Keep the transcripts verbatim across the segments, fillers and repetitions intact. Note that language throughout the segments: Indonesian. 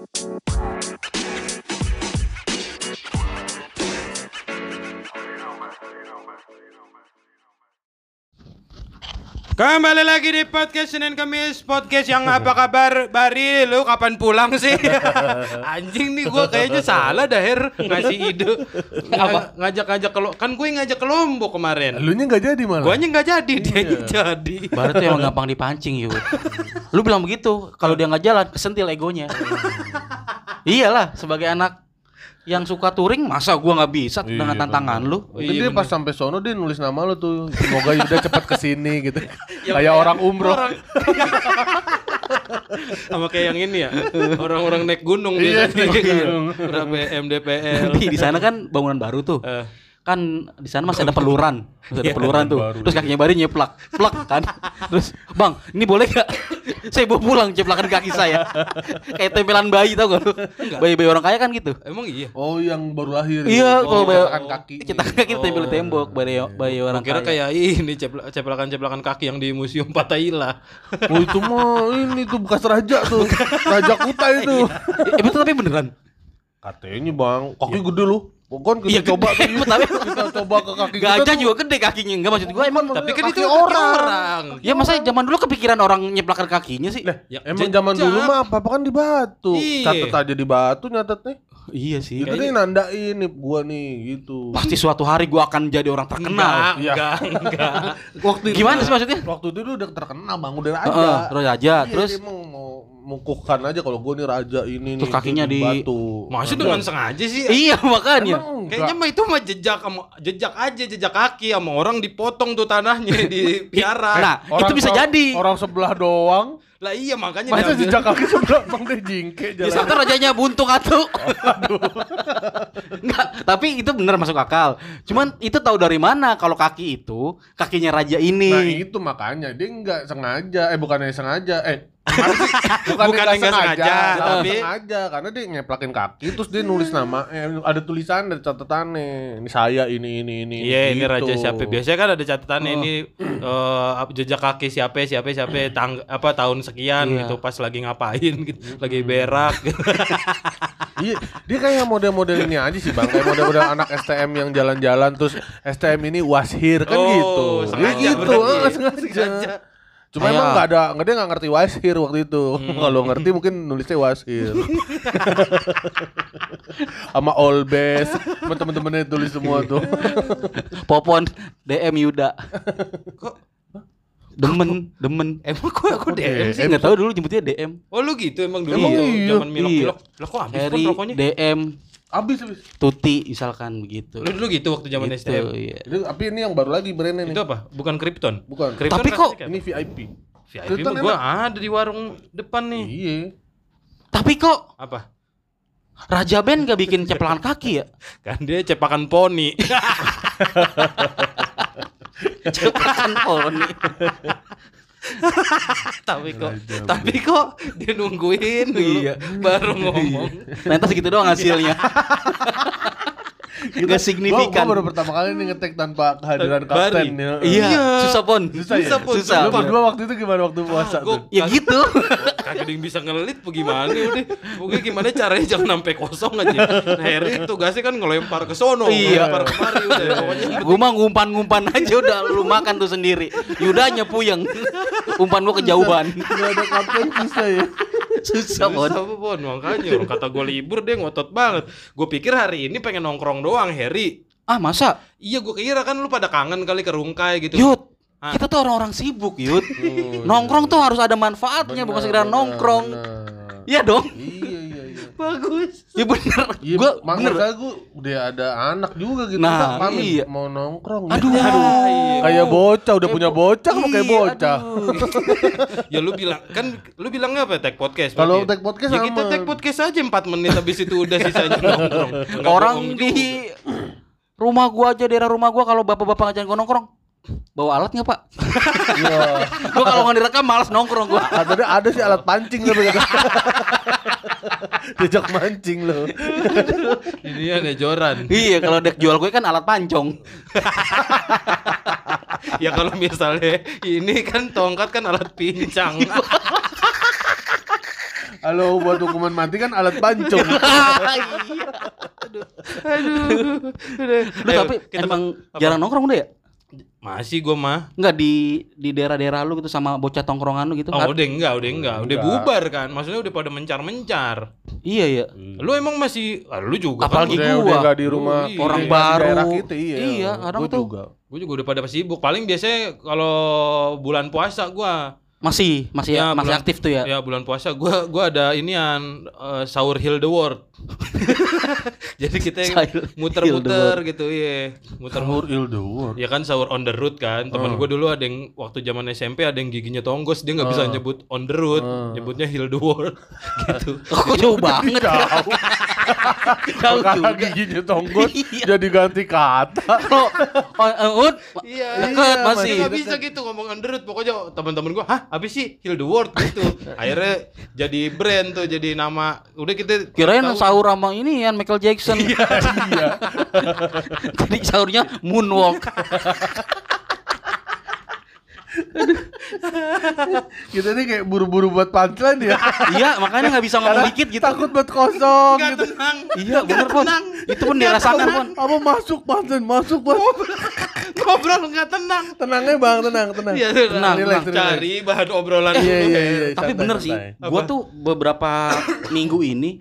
Kembali lagi di podcast Senin Kamis. Podcast yang apa kabar Bari? Lu kapan pulang sih? Anjing nih gue kayaknya salah dah Her ngasih ide. Apa? Ngajak-ngajak ke kan gue ngajak ke Lombok kemarin. Lu nya gak jadi malah. Gue nya gak jadi, dia nya jadi. Barat tuh emang gampang dipancing yuk. Lu bilang begitu, kalau dia gak jalan kesentil egonya. Iyalah sebagai anak yang suka touring, masa gua nggak bisa iya, dengan tantangan bener. lu? Mungkin iya, dia bener. Pas sampai sono dia nulis nama lu tuh. Semoga Yuda cepat kesini gitu. Ya, kayak orang umroh. Orang. Sama kayak yang ini ya, orang-orang naik gunung iya, biasanya. Berapa M D P L. Di, di sana kan bangunan baru tuh. Uh. Kan di sana masih ada peluran, masih ada ya, peluran tuh. Baru. Terus kakinya Bari nyeplak, plak kan. Terus, "Bang, ini boleh gak? Saya bawa pulang ceplakan kaki saya." Kayak tempelan bayi tau gak lu? Bayi-bayi orang kaya kan gitu. Emang iya? Oh, yang baru lahir. Iya, oh, kalau bayi cetakan kaki. Cetakan kaki tempel di tembok bayi bayi orang kaya. Kira kayak ini ceplakan-ceplakan kaki yang di Museum Fatahillah. Oh, itu mah ini tuh bekas raja tuh. Raja Kuta itu. Eh, betul tapi beneran. Katanya, Bang, kaki gede lu. Pokoknya kita iya, coba gede, tuh, tapi kita coba ke kaki gajah juga gede kakinya, enggak maksud gua emang tapi kan itu orang. orang. Ya masa zaman dulu kepikiran orang nyeplakan kakinya sih? Nah, ya, emang zaman dulu mah apa-apa kan di batu. Iya. Catat aja di batu nyatetnya. Iya sih. Itu nih nandain nih gua nih gitu. Pasti suatu hari gua akan jadi orang terkenal. Enggak, enggak, enggak. Waktu gimana sih maksudnya? Waktu itu udah terkenal Bang, udah raja. Heeh, uh, raja. Iya, terus dia mau, mau mukuhkan aja kalau gua nih raja ini terus nih. kakinya di batu. Maksud dengan sengaja sih? Iya, makanya. Kayaknya mah itu mah jejak sama jejak aja jejak kaki sama orang dipotong tuh tanahnya di piara. Nah, orang itu bisa so, jadi. Orang sebelah doang. Lah iya makanya masa jejak kaki sebelah Bang deh jingke jalan. Bisa kan rajanya buntung atuh. Enggak, tapi itu benar masuk akal. Cuman itu tahu dari mana kalau kaki itu kakinya raja ini. Nah, itu makanya dia enggak sengaja, eh bukannya sengaja, eh bukan bukan enggak sengaja, sengaja tapi sengaja karena dia ngeplakin kaki terus dia nulis nama, eh, ada tulisan dari catatannya. Ini saya ini ini ini. Iya, gitu. ini raja siapa? Biasanya kan ada catatannya oh. Ini uh, jejak kaki siapa siapa siapa tang apa tahun sekian iya. Gitu pas lagi ngapain gitu, lagi berak. Gitu. Iya, dia kayak model-model ini aja sih Bang, kayak model-model anak S T M yang jalan-jalan terus S T M ini was here kan oh, gitu. Sengaja ya gitu, oh, sengaja. sengaja. Cuma Ayah. Emang nggak ada, nggak dia nggak ngerti was here waktu itu. Hmm. Kalau ngerti mungkin nulisnya was here. Sama all best, sama temen-temennya tulis semua tuh. Popon D M Yuda. Kok demen, demen. Emang kok aku D M sih? Enggak tahu dulu jemputnya D M. Oh lu gitu emang dulu waktu iya. zaman milok-milok. Lah kok habis pun rokoknya? D M Habis habis. Tuti misalkan begitu. Lu dulu gitu waktu zaman gitu, S T M. Iya. Itu, tapi ini yang baru lagi brandnya nih. Itu apa? Bukan Krypton. Bukan. Krypton tapi kok ini V I P. V I P gua ada di warung depan nih. Iya. Tapi kok apa? Raja Ben gak bikin ceplakan kaki ya? Kan dia cepakan poni. Cepakan poni. tapi kok Raja tapi kok dia nungguin dulu iya. Baru ngomong. Nanti segitu doang hasilnya. Gak signifikan. Gua baru pertama kali nih ngetek tanpa kehadiran kapten ya. Iya. Susah pon. Susah, susah ya? pon. Susah. Lu berdua waktu itu gimana waktu puasa ah, tuh? Ya gitu. Kagak ada yang bisa ngelit bagaimana udah. Pokoknya gimana caranya jangan sampai kosong aja. Nah, Harry tugasnya kan ngelempar ke sono, iya. ngelempar kemari udah. Pokoknya gua mah ngumpan-ngumpan aja udah lu makan tuh sendiri. Yuda nyepuyeng. Umpan gua kejauhan. Enggak ada kapten susah ya. Susah pon. Susah pon makanya orang kata gua libur dia ngotot banget. Gua pikir hari ini pengen nongkrong doang Harry. Ah masa? Iya gue kira kan lu pada kangen kali ke Rungkai gitu. Yud, ah. Kita tuh orang-orang sibuk Yud. Oh, nongkrong iya. Tuh harus ada manfaatnya, bener, bukan sekedar bener, nongkrong. Iya dong. Iya iya iya. Bagus. Ya bener. Iya, gua bener. Gue udah ada anak juga gitu. Nah, pamit iya. mau nongkrong. Aduh. Gitu. aduh. Iya. Kayak bocah udah punya bocah kok kayak bocah. Ya lu bilang kan lu bilangnya apa tag podcast? Kalau tag podcast ya sama. kita tag podcast aja empat menit habis itu udah sisanya nongkrong. Orang di rumah gua aja, daerah rumah gua kalau bapak-bapak ngajakin gua nongkrong, bawa alat nggak Pak? Iya. Gua kalau nggak direkam malas nongkrong gua. Ada ada sih alat pancing gitu. Diajak mancing loh. Ini ada joran. Iya, kalau dek jual gue kan alat pancong. Ya kalau misalnya ini kan tongkat kan alat pincang. Halo, buat hukuman mati kan alat pancung. Aduh. Aduh. Udah. Lu tapi kita emang apa? jarang nongkrong udah ya? Masih gua mah. Enggak di di daerah-daerah lu gitu sama bocah tongkrongan lu gitu Oh, kan? udah enggak, udah enggak. Udah Enggak. bubar kan. Maksudnya udah pada mencar-mencar. Iya ya. Lu emang masih ah, lu juga Apalagi kan. Udah, gua. udah nggak di rumah Oh, iya. Orang di baru. daerah kita, iya. Iya, kadang Gua tuh. juga. Gue juga udah pada sibuk. Paling biasanya kalau bulan puasa gua Masih masih Ya, masih bulan- aktif tuh ya. ya bulan puasa gua gua ada inian uh, sahur heal the world. Jadi kita Sahur heal the muter-muter world. gitu iya. Muter Sahur il the world. Ya kan sahur on the road kan. Temen gue dulu ada yang waktu zaman S M P ada yang giginya tonggos, dia nggak bisa nyebut on the road, nyebutnya heal the world gitu. Kok jauh banget. Jauh. Jauh Karena juga. giginya tonggos Iya. jadi ganti kata. Kalau on ut Iya, deket iya, masih. Dia nggak bisa gitu ngomong on the road. Pokoknya teman-teman gue, hah, habis sih heal the world gitu. Akhirnya jadi brand tuh, jadi nama. Udah kita Kirain tahu. sahur sama ini ya Michael Jackson. Iya. Jadi sahurnya moonwalk. Kita nih kayak buru-buru buat punchline ya. Iya, makanya nggak bisa ngomong dikit gitu. Takut buat kosong Nggak gitu. tenang. Iya, bener Pon. tenang. Itu pun dirasakan Pon. Apa masuk punchline, masuk Bang. Ngobrol nggak tenang. Tenangnya Bang, tenang, tenang. Iya, Tenang, Relax, tenang. relax. Cari bahan obrolan Iya, dulu, iya, Her. iya. Tapi santai, bener sih, santai. gua Apa? tuh beberapa minggu ini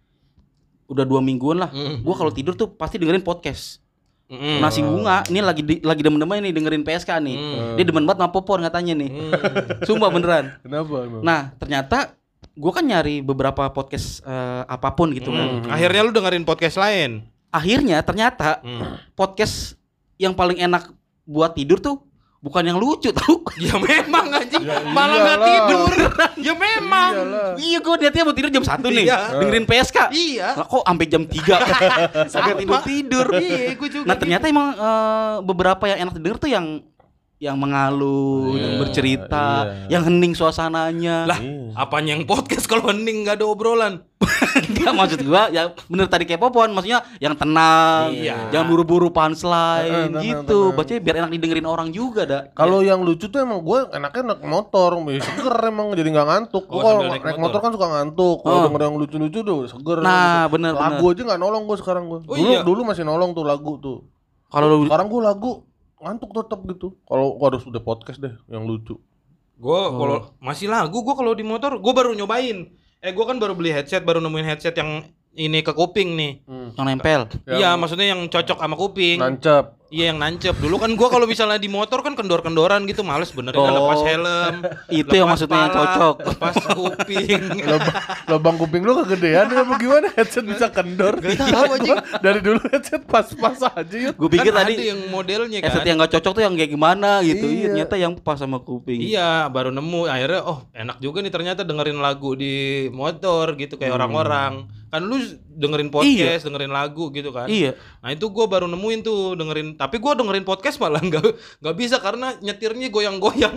udah dua mingguan lah. Mm. Gua kalau tidur tuh pasti dengerin podcast. Mm. Nasi bunga, ini lagi di, lagi demen-demen nih dengerin P S K nih. Mm. Dia demen banget sama Popon katanya nih. Mm. Sumpah beneran. Kenapa emang? Nah, ternyata gua kan nyari beberapa podcast eh, apapun gitu kan. Mm. Akhirnya lu dengerin podcast lain. Akhirnya ternyata Mm. podcast yang paling enak buat tidur tuh bukan yang lucu tau. Ya memang anjing, Ya malah nggak iyalah. tidur. Ya memang. Iyalah. Iya, gua niatnya mau tidur jam satu nih. Iya. Dengerin P S K. Iya. Lah, kok sampai jam tiga agak tidur tidur. Iya, gua juga. Nah, ternyata emang eh, beberapa yang enak didengar tuh yang yang mengalu, yang bercerita, iya. yang hening suasananya. Lah, Iya. apanya yang podcast kalau hening nggak ada obrolan? Enggak, maksud gua ya bener tadi kayak Popon, maksudnya yang tenang, Iya. jangan buru-buru Eh, punchline tenang, gitu. tenang. Bacanya biar enak didengerin orang juga dah. Kalau yang lucu tuh emang gue enaknya naik motor, ya seger emang jadi nggak ngantuk. Oh, Gue kalau sambil naik, naik motor motor kan suka ngantuk. Kalau Oh. denger yang lucu-lucu tuh seger. Nah, gitu. bener, Lagu aja nggak nolong gue sekarang gue. Oh, dulu iya. dulu masih nolong tuh lagu tuh. Kalau lu Sekarang gue lagu ngantuk tetap gitu. Kalau gua harus udah podcast deh yang lucu. Gua kalau masih lagu, gua kalau di motor, gua baru nyobain. Eh, gua kan baru beli headset, baru nemuin headset yang ini ke kuping nih. yang nempel. Iya, maksudnya yang cocok sama kuping. Nancep. Iya, yang nancep. Dulu kan gua kalau misalnya di motor kan kendor-kendoran gitu, males benerin kan lepas Oh. helm. Itu yang lepas maksudnya yang pala, cocok. Lepas kuping. Lubang, lubang kuping lu kegedean apa gimana headset bisa kendor? Gak tahu, anjing. Dari dulu headset pas-pas aja yuk. Gue pikir Kan tadi ada yang modelnya kan. headset yang gak cocok tuh yang kayak gimana gitu. Iya, Iya. ternyata yang pas sama kuping. Iya, baru nemu. Akhirnya oh, enak juga nih ternyata dengerin lagu di motor gitu kayak orang-orang. Kan lu dengerin podcast, dengerin lagu gitu kan. Iya. Nah, itu gua baru nemuin tuh dengerin. Tapi gua dengerin podcast malah nggak nggak bisa karena nyetirnya goyang-goyang.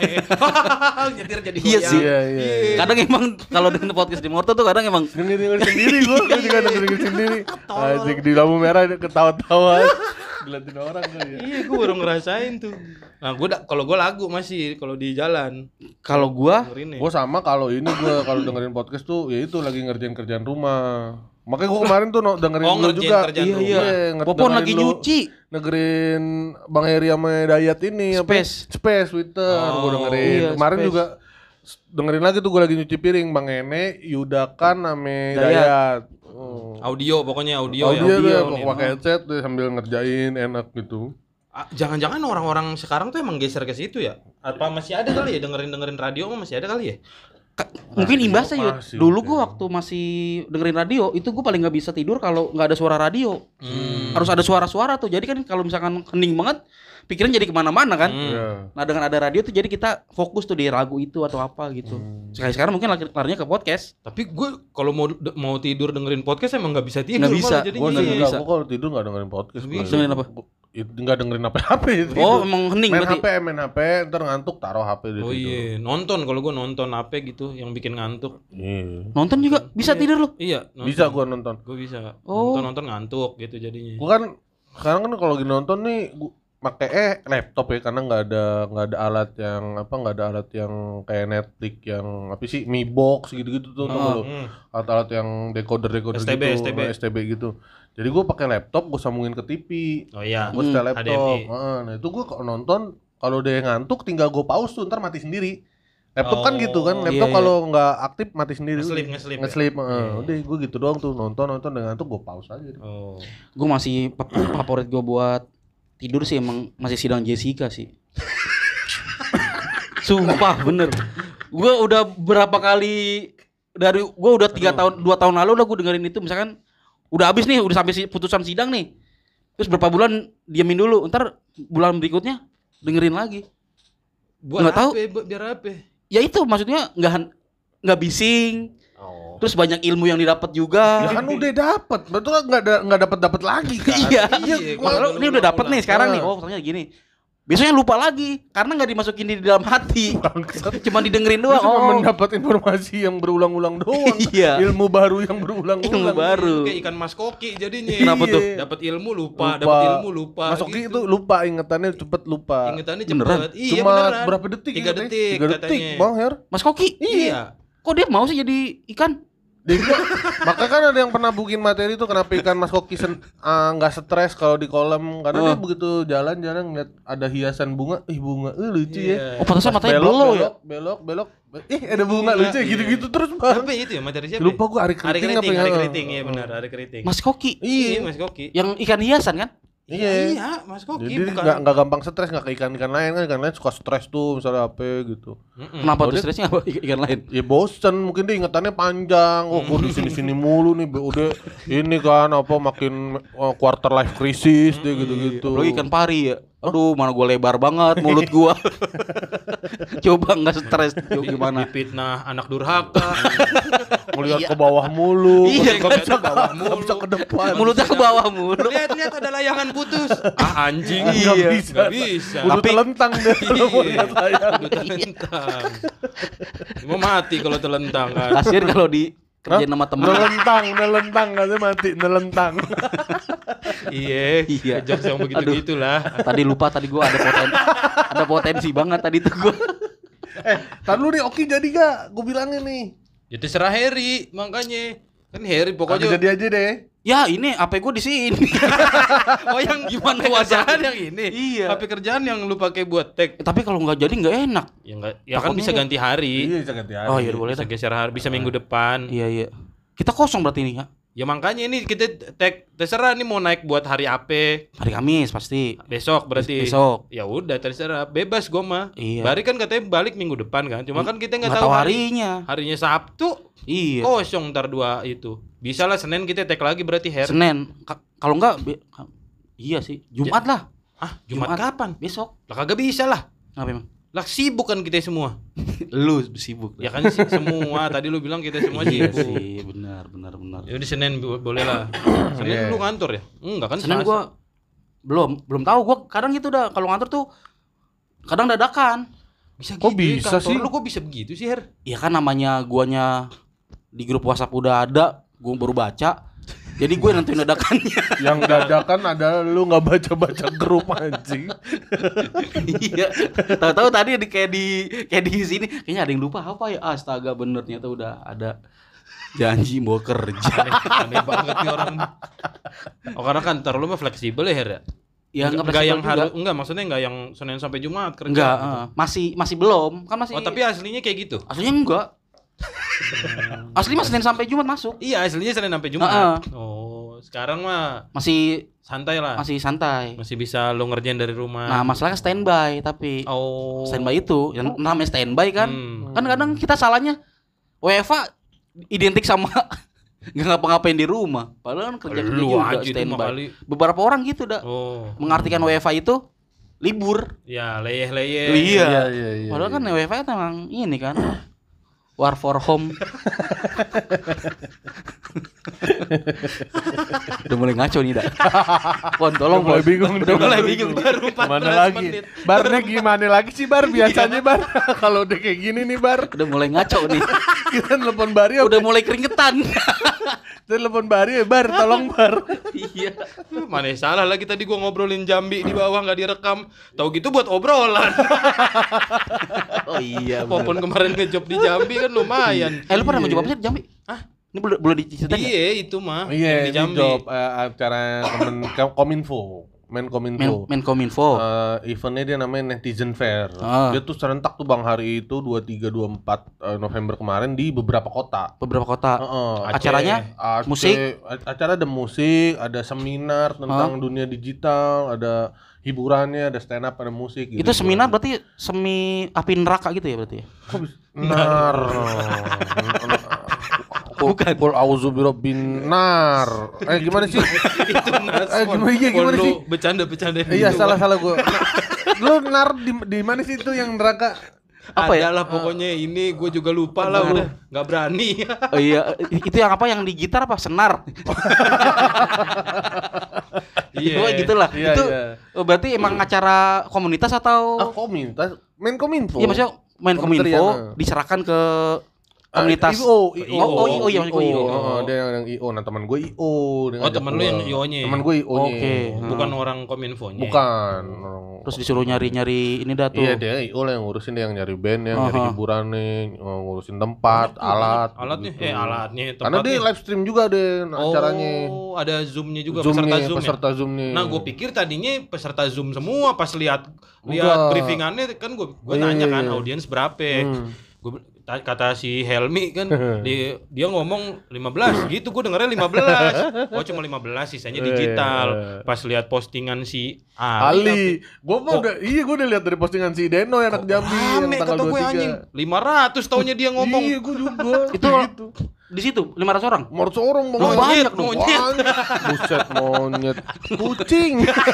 Nyetir jadi Iya goyang. sih. Iya, iya. Kadang emang kalau dengerin podcast di motor tuh kadang emang Dengerin sendiri gua, gua juga dengerin sendiri. Asik di lampu merah ketawa-tawa. Diliatin orang kali ya. Iya, gua baru ngerasain tuh. Nah, gua da- kalau gua lagu masih kalau di jalan kalau gua dengerinnya. Gua sama kalau ini gua kalau dengerin podcast tuh ya itu lagi ngerjain kerjaan rumah. Makanya gua kemarin tuh no, dengerin Oh, lu ngerjain juga. kerjaan iya rumah. iya. nge- Popon dengerin lagi lu nyuci. Dengerin Bang Heri sama Dayat ini apa? Space. Space Twitter Oh, gua dengerin. iya, Kemarin Space. juga s- dengerin lagi tuh gua lagi nyuci piring Bang Ene, Yudakan sama Dayat. Dayat. Oh. Audio pokoknya audio, Audio, ya. dia Audio. pakai headset dia sambil ngerjain enak gitu. Ah, jangan-jangan orang-orang sekarang tuh emang geser ke situ ya? Apa masih ada kali ya dengerin-dengerin radio mah masih ada kali ya? Ka- mungkin imbasnya ya. Masih, Dulu mungkin. gua waktu masih dengerin radio itu gua paling nggak bisa tidur kalau nggak ada suara radio. Hmm. Harus ada suara-suara tuh. Jadi kan kalau misalkan hening banget, pikiran jadi kemana-mana kan. Hmm. Iya. Nah dengan ada radio tuh jadi kita fokus tuh di lagu itu atau apa gitu. Sekali sekarang mungkin lari- larinya ke podcast. Tapi gue kalau mau mau tidur dengerin podcast emang nggak bisa tidur. Nggak bisa. malah jadinya. Gua Iya, enggak, bisa. gua kalau tidur enggak dengerin podcast. Bisa. gua. Dengerin apa? Gua- Itu enggak dengerin apa-apa itu. Oh emang hening main berarti. H P, main H P, ntar ngantuk taruh H P di Oh situ. iya, nonton kalau gue nonton apa gitu yang bikin ngantuk. Iya. Nonton juga bisa tidur lu. Iya, nonton. Bisa gua nonton. Gue bisa. Oh. Nonton nonton ngantuk gitu jadinya. Gua kan sekarang kan kalau lagi nonton nih gua, pakai eh laptop ya karena nggak ada nggak ada alat yang apa nggak ada alat yang kayak Netflix yang apa sih Mi Box gitu-gitu tuh oh, hmm. alat-alat yang decoder decoder S T B, gitu S T B. S T B gitu. Jadi gue pakai laptop gue sambungin ke T V. Oh iya. Gue setel hmm. laptop. Nah itu gue kalau nonton kalau dia ngantuk tinggal gue pause tuh ntar mati sendiri. Laptop oh, kan gitu kan, laptop iya, kalau iya. nggak aktif mati sendiri. Ngeslip, ngeslip. Ngeslip, ya? uh, yeah. Udah gue gitu doang tuh nonton nonton dengan ngantuk gue pause aja. Oh. Gue masih favorit gue buat tidur sih emang masih Sidang Jessica sih. Sumpah bener. Gue udah berapa kali dari gue udah tiga tahun dua tahun lalu udah gue dengerin itu misalkan udah habis nih udah sampai putusan sidang nih. Terus berapa bulan diamin dulu, ntar bulan berikutnya dengerin lagi. Buat apa? Biar apa? Ya itu maksudnya nggak nggak bising. Oh. Terus banyak ilmu yang didapat juga. Ya kan udah dapat, betul nggak da, nggak dapat dapat lagi kan? Iya. Kalau ini udah dapat nih sekarang nih. Oh ternyata gini. Besoknya lupa lagi karena nggak dimasukin di dalam hati. Cuma didengerin doang. Cuma oh. mendapat informasi yang berulang-ulang doang. Iya. Ilmu baru yang berulang-ulang. Ilmu baru. Kayak ikan mas koki jadinya. Kenapa tuh? Dapat ilmu lupa, lupa. dapat ilmu lupa. Mas koki gitu. Itu lupa ingatannya cepet lupa. Ingatannya cepet. Iya, cuma beneran. Berapa detik? Tiga detik. Tiga detik, Bang Her. Mas koki? Iya. Kok dia mau sih jadi ikan? Makanya kan ada yang pernah bikin materi tuh kenapa ikan mas koki nggak uh, stres kalau di kolam karena oh. dia begitu jalan-jalan ngeliat ada hiasan bunga, ih bunga, eh lucu yeah. ya. Oh pantasnya matanya belok ya. Belok, belok, ih ada bunga lucu ya gitu-gitu terus bang. Apa itu ya materi siapa? Lupa gua hari keriting apa ya? Hari keriting ya benar hari keriting. Mas koki. Iya mas koki. Yang ikan hiasan kan? Iya, iya, Mas Koki. Jadi nggak nggak gampang stres nggak kayak ikan-ikan lain kan ikan lain suka stres tuh misalnya apa gitu. Mm-mm. Kenapa tuh stresnya apa ikan lain? Ya bosen mungkin dia ingatannya panjang. Oh, gue di sini-sini mulu nih udah ini kan apa makin uh, quarter life crisis dia gitu-gitu. Apalagi ikan pari ya. Aduh, mana gua lebar banget mulut gua. Coba enggak stres gimana? Dipitnah anak durhaka. Melihat ke bawah mulu. Iya, enggak bisa ke bawah mulu. Bisa ke depan. Mulutnya ke bawah mulu. Lihat-lihat ada layangan putus. Ah anjing. Enggak iya. bisa. Enggak bisa. Udah telentang deh kalau lihat layang. Udah telentang. Mau mati kalau telentang kan. Kasian kalau di kerjain sama teman. Nelentang, nelentang katanya mati, nelentang. Iya, iya. Jokes yang begitu-gitulah. Tadi lupa tadi gua ada potensi. Ada potensi banget tadi tuh gua. Eh, tar lu nih Oki jadi gak? Gua bilangin nih. Ya terserah Harry, makanya. Kan Harry pokoknya jadi aja deh. Ya ini H P gua di sini. Oh yang gimana kerjaan yang ini? Iya. H P kerjaan yang lu pakai buat tag. Eh, tapi kalau nggak jadi nggak enak. Ya enggak. Ya kan bisa ganti hari. Iya bisa ganti hari. Oh iya boleh. Bisa geser hari, bisa minggu depan. Iya iya. Kita kosong berarti ini ya. Ya makanya ini kita tag terserah nih mau naik buat hari apa? Hari Kamis pasti. Besok berarti. Besok. Ya udah terserah, bebas gua mah. Iya. Bari kan katanya balik minggu depan kan. Cuma kan kita enggak tahu tahu harinya. Hari, harinya Sabtu. Iya. Kosong ntar dua itu. Bisa lah Senin kita tag lagi berarti Her. Senin. Ka- kalau enggak be- iya sih. Jumat ya. lah. Ah, Jumat, Jumat kapan? Besok. Lah kagak bisa lah. Kenapa emang? Lah sibuk kan kita semua. Lu sibuk. Ya kan sih semua. Tadi lu bilang kita semua sibuk. Iya sih, benar benar benar. Ya udah Senin boleh lah. Senin yeah. Lu ngantor ya? Enggak kan? Senin gua belum belum tahu gua kadang gitu dah kalau ngantor tuh kadang dadakan. Bisa kok gitu. Bisa sih? Lu kok bisa begitu sih, Her? Ya kan namanya guanya di grup WhatsApp udah ada, gua baru baca. Jadi gue nentuin dadakannya. Yang dadakan adalah lu nggak baca-baca grup anjing. Iya. Tahu-tahu tadi di kayak di kayak di sini kayaknya ada yang lupa apa ya? Astaga bener ternyata udah ada janji mau kerja. Aneh, aneh banget nih orang. Oh karena kantor lu mah fleksibel ya, Her? Ya enggak, enggak yang harus enggak maksudnya enggak yang Senin sampai Jumat kerja. Enggak, gitu. uh, masih masih belum. Kan masih. Oh, tapi aslinya kayak gitu. Aslinya enggak. Asli mas Senin sampai Jumat masuk. Iya aslinya Senin sampai Jumat. Uh-uh. Oh sekarang mah masih santai lah. Masih santai. Masih bisa lo ngerjain dari rumah. Nah masalahnya standby tapi. Oh. Standby itu yang namanya standby kan. Hmm. Kan kadang kita salahnya W F H identik sama nggak ngapa-ngapain di rumah. Padahal kan kerja kerja juga standby. Beberapa orang gitu dah. Oh. Mengartikan W F H itu libur. Ya leyeh-leyeh. Iya. Iya, iya, iya. Padahal kan iya. W F H kan emang ini kan. War for home. Udah mulai ngaco nih, dah. Pon, tolong, Udah mulai Pon. bingung, Udah mulai bingung. Baru empat Mana belas lagi? menit. Barnya gimana lagi sih Bar biasanya Bar? Kalau udah kayak gini nih Bar, Udah mulai ngaco nih. kita telepon Bari Udah mulai keringetan. kita telepon Bari ya Bar, tolong Bar. Iya. Mana salah lagi tadi gua ngobrolin Jambi di bawah nggak direkam. Tahu gitu buat obrolan. Oh iya. Walaupun kemarin ngejob di Jambi kan lumayan. Eh, lu pernah mau jawab apa sih di Jambi? Hah? Ini boleh boleh diceritain nggak? Iya itu mah. Iya, yang di di Jambi. job eh, acara Kemen Kominfo, Men Menkominfo. Menkominfo. Eh, eventnya dia namanya Netizen Fair. Ah. Dia tuh serentak tuh Bang hari itu dua puluh tiga dua puluh empat eh, November kemarin di beberapa kota. Beberapa kota. Heeh. Acaranya Aceh, musik. a- acara ada musik, ada seminar tentang dunia digital, ada hiburannya, ada stand up, ada musik gitu. Itu seminar berarti semi api neraka gitu ya berarti ya? Kok bisa? Nar. Bukan. Qul a'udzu birabbin nar. Eh gimana sih? Itu nas. Eh, gimana- iya, gimana Pon, lu sih? Bercanda-bercanda. Iya salah salah gua. Lu nar di, di mana sih itu yang neraka? Apa ya? Adalah pokoknya ini gue juga lupa lah udah nggak berani. Oh iya, itu yang apa yang di gitar apa? Senar. Iya. Oh gitulah. Iya, Itu iya. oh, berarti emang acara komunitas atau Ah, komunitas, Menkominfo. iya maksudnya main Kementerian, kominfo ah. diserahkan ke komunitas. I O, I O. Oh, oh, I O, iya, maksudnya I O. Heeh, dia yang I O. Nah, teman gue I O. Dia Oh, ngajak temen lu gua. yang I O-nya. Temen gue I O-nya. Oke. Bukan orang kominfonya. Bukan. Terus disuruh nyari-nyari ini dah tuh. Iya, dia I O lah yang ngurusin, dia yang nyari band, yang nyari Aha. hiburan nih, ngurusin tempat, alat. Alatnya, gitu. eh alatnya. Karena dia live stream juga deh acaranya. Oh, ada zoomnya juga Zoom-nya, peserta zoom peserta ya. Zoom-nya. Nah, gue pikir tadinya peserta zoom semua pas lihat lihat Enggak. briefingannya kan gue gue Iya, tanya iya, kan iya. audiens berapa. Hmm. Gue kata si Helmi kan dia, dia ngomong lima belas gitu, gue dengernya lima belas. Oh cuma lima belas, sisanya digital. Pas lihat postingan si Ali, Ali, gue mah udah, iya gue udah lihat dari postingan si Deno yang anak Jambi yang rame tanggal kata gue dua puluh anjing tiga. lima ratus taunya dia ngomong. Iya, gue juga. Itu gitu. di situ lima ratus orang. Mau seorang Lu mau banyak dong. monyet. Buset monyet, kucing.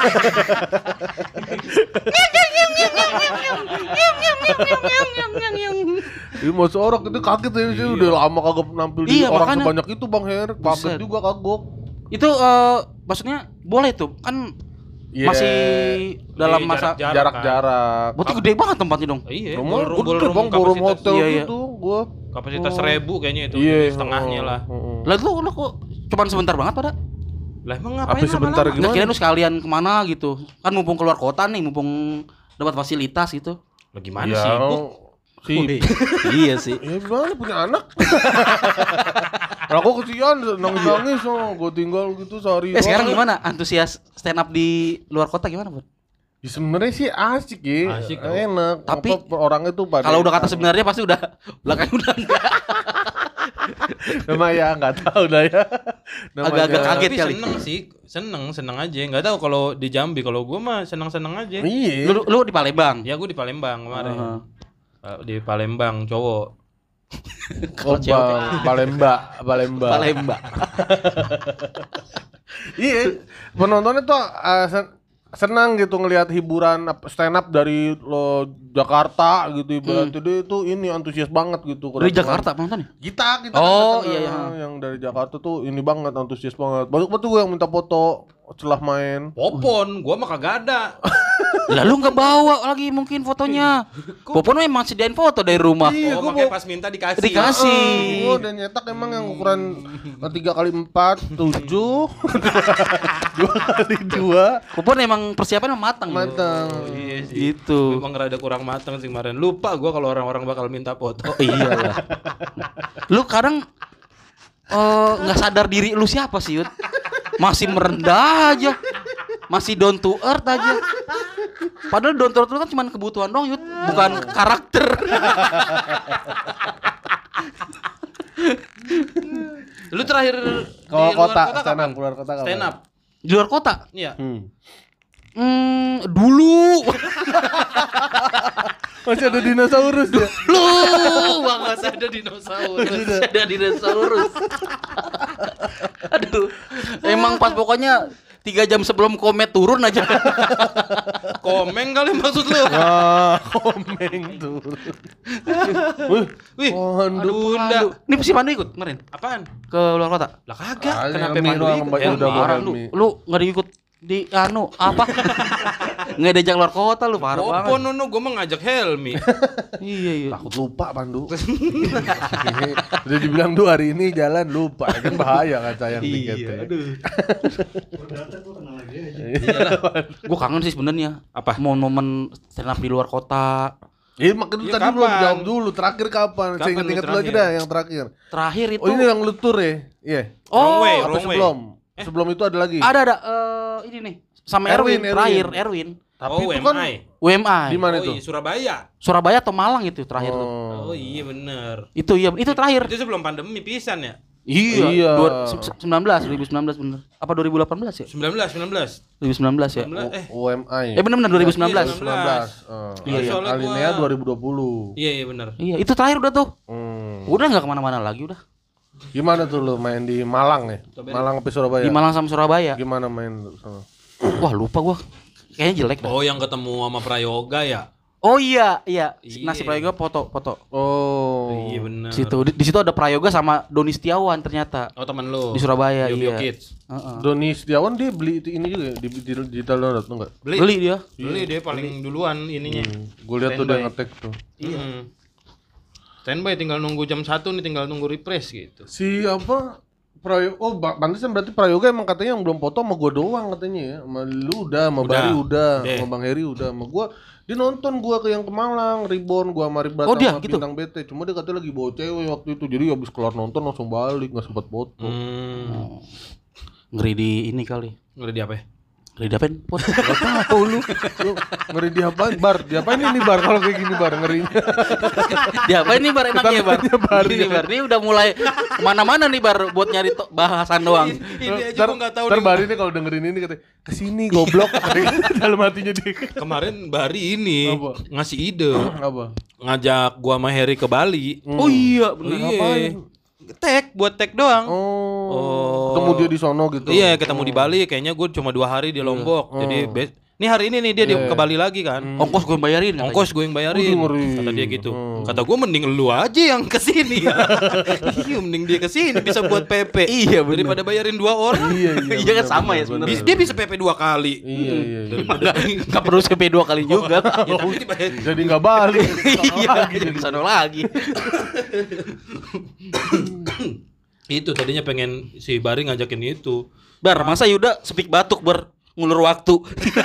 Iya mau seorang itu kaget ya sih udah lama kagak nampil di Iya, orang makanya. sebanyak itu Bang Her. Kaget Buset. juga kagok. Itu eh, maksudnya boleh tuh kan Iya. masih dalam Iya, masa jarak-jarak. Jarak-jarak. berarti gede banget tempatnya dong. Iya, Rumah ballroom, gede ballroom Bang, ballroom kapasitas- hotel Iya, iya. gitu gua. kapasitas seribu kayaknya itu, Iya, setengahnya lah. heeh. Lah lu lu kok cuman sebentar banget pada? Lah emang Apa ngapain sebentar lama-lama? Nggak gimana? kira lu sekalian kemana gitu. Kan mumpung keluar kota nih, mumpung dapat fasilitas gitu. Lah gimana Ya, sih? Gua si Iya sih. ya gimana punya anak? Nah, aku kesian nangis-nangis oh, gua tinggal gitu sehari. Eh sekarang doang. gimana? Antusias stand up di luar kota gimana, Bud? Ya, sebenarnya sih asik ya. Asik, tau. enak. Tapi, Apa, orangnya tuh pada Kalau udah kata sebenarnya pasti udah belakang udah enggak. Nama ya nggak tahu dah ya. Namanya- Agak-agak kaget tapi kali. seneng sih, seneng seneng aja. Nggak tahu kalau di Jambi, kalau gue mah seneng seneng aja. Iya. Lu lu di Palembang. Ya gue di Palembang kemarin. Aha. Uh, di Palembang cowok. Oh, Bang, Palemba, Palemba. Palembang. Iya, penontonnya tuh uh, sen- senang gitu ngelihat hiburan up- stand up dari lo Jakarta gitu ibaratnya dia itu ini antusias banget gitu. Dari kedatangan- Jakarta penonton ya? Kita kita Oh, kan iya, iya. yang dari Jakarta tuh ini banget antusias banget. Banyak banget tuh gue yang minta foto setelah main. Popon, gue mah kagak ada. Lalu nggak bawa lagi mungkin fotonya. Popon memang sediain foto dari rumah. Iya, Oh, gua makanya mau- pas minta dikasih. Dikasih. Gue udah nyetak emang yang ukuran tiga kali empat tujuh dua kali dua Popon emang persiapannya matang. Bro. matang. Iya sih. Itu. Memang rada kurang matang sih kemarin. Lupa gue kalau orang-orang bakal minta foto. Oh iya lah. Lu kadang eh, nggak sadar diri lu siapa sih, Yud? Masih merendah aja. Masih down to earth aja. Padahal down to earth itu kan cuma kebutuhan dong, Yud, bukan karakter. Lu terakhir Kalau di luar kota, kota stand up, kapan? keluar kota kapan? Stand up. Di luar kota. Iya. Hmm. Hmm, dulu. Masih ada dinosaurus ya? Lu Banget ada dinosaurus. ada dinosaurus. Aduh. Emang pas pokoknya tiga jam sebelum komet turun aja. Komeng kali maksud lu. Wah, komeng tuh. Wih, Wih, Pandu. aduh Bunda. Ini si Pandu ikut kemarin Apaan? ke luar kota. Lah kagak. Ah, Kenapa Helmi Pandu doang, ikut? Mbak Helmi. Yuda bawa Parah lu. Helmi. Lu enggak diikut di anu apa? Nggak diajak luar kota lu parah Opo banget. nono gua mah ngajak Helmi. Iya iya. Takut lupa Pandu. Udah dibilang tuh hari ini jalan lupa, kan bahaya kata yang tiketnya. aduh. Gue kangen sih sebenarnya. Apa? Momen-momen stand up di luar kota. Iya makanya Iya, tadi kapan? belum jawab dulu, terakhir kapan? Saya Kapan inget-inget lu dulu aja terakhir? dah yang terakhir. Terakhir itu. Oh ini yang lu tour ya? Iya. Oh, Wrong way, Apa wrong way. sebelum? Sebelum itu ada lagi? ada ada eh, ini nih sama Erwin, Erwin, Erwin. terakhir Erwin. Tapi Oh, itu kan U M I. U M I. di mana Oh itu? iya, Surabaya. Surabaya atau Malang itu terakhir tuh. Oh. Oh iya bener. Itu iya, itu terakhir. Itu sebelum pandemi pisan ya? Iya. Iya. Dua- se- se- sembilan belas, dua ribu sembilan belas bener. Apa dua ribu delapan belas ya? sembilan belas, sembilan belas. dua ribu sembilan belas ya. sembilan belas eh. U M I. Eh bener-bener dua ribu sembilan belas. Iya, sembilan belas. Oh. Iya, Yang soalnya Alinea gua- dua ribu dua puluh. Iya iya bener. Iya, itu terakhir udah tuh. Hmm. Udah nggak kemana-mana lagi udah. Gimana tuh lu main di Malang ya? Malang sampai Surabaya. Di Malang sama Surabaya. Gimana main sana? Wah lupa gua. Kayaknya jelek dah. Oh yang ketemu sama Prayoga ya? Oh iya, iya. Iya. Nasi Prayoga foto, foto. Oh. Iya bener. Situ di, di situ ada Prayoga sama Doni Setiawan ternyata. Oh temen lu. Di Surabaya, Yo Yo iya. Kids. Heeh. Doni Setiawan dia beli itu ini juga ya, di, di digital download tuh enggak? Beli. Beli dia. Beli dia paling duluan ininya. Hmm. Gue lihat tuh dia Standby. ngetek tuh. Iya. Standby tinggal nunggu jam satu nih, tinggal nunggu refresh gitu. Si apa? Prayoga, oh ba- pantesan berarti Prayoga emang katanya yang belum foto sama gua doang katanya ya. Sama lu udah, sama Udah. Bari udah, Udah. sama Bang Heri udah, sama gua dia nonton gua ke yang ke Malang, Reborn, gua sama Ribet Oh, dia sama gitu? Bintang B T. Cuma dia katanya lagi bawa cewek waktu itu. Jadi habis kelar nonton langsung balik, enggak sempat foto. Hmm. Ngeri di ini kali. Udah di apa ya? Ngeri di apain? Put. Enggak tahu lu. Lu ngeri diapain? Bar, diapain ini bar kalau kayak gini bar ngerinya. Di apain nih bar enaknya bar? Kita nanya Bar. Ini bar. Ini udah mulai kemana-mana nih bar buat nyari to- bahasan doang. Ini aja Ntar, gua enggak tahu ntar nih. Bari ini kalau dengerin ini katanya kesini goblok dalam hatinya dia. Kemarin Bari ini Apa? ngasih ide Apa? ngajak gua sama Heri ke Bali. Oh iya, bener. Iya. Ngapain? Tag buat tag doang. Oh. Oh. Ketemu dia di sono gitu. Iya, ketemu di Bali kayaknya gue cuma dua hari di Lombok. Jadi be- ini hari ini nih dia di- ke Bali lagi kan. Ongkos gue bayarin katanya. Ongkos gue yang bayarin. Waduh, ngeri. Kata dia gitu. Kata gue mending lu aja yang kesini. Iya, mending dia kesini bisa buat P P. Iya, bener. Daripada bayarin dua orang. Iya, iya. Iya kan benar, sama ya benar, sebenarnya. Bis- Dia bisa P P dua kali. Iya, iya. iya. Enggak perlu C P dua kali juga. Ya, tapi dibayar. Jadi nggak balik. Iya, jadi ke sana lagi. Itu tadinya pengen si Bari ngajakin itu. Bar, masa Yuda speak batuk ber ngulur waktu.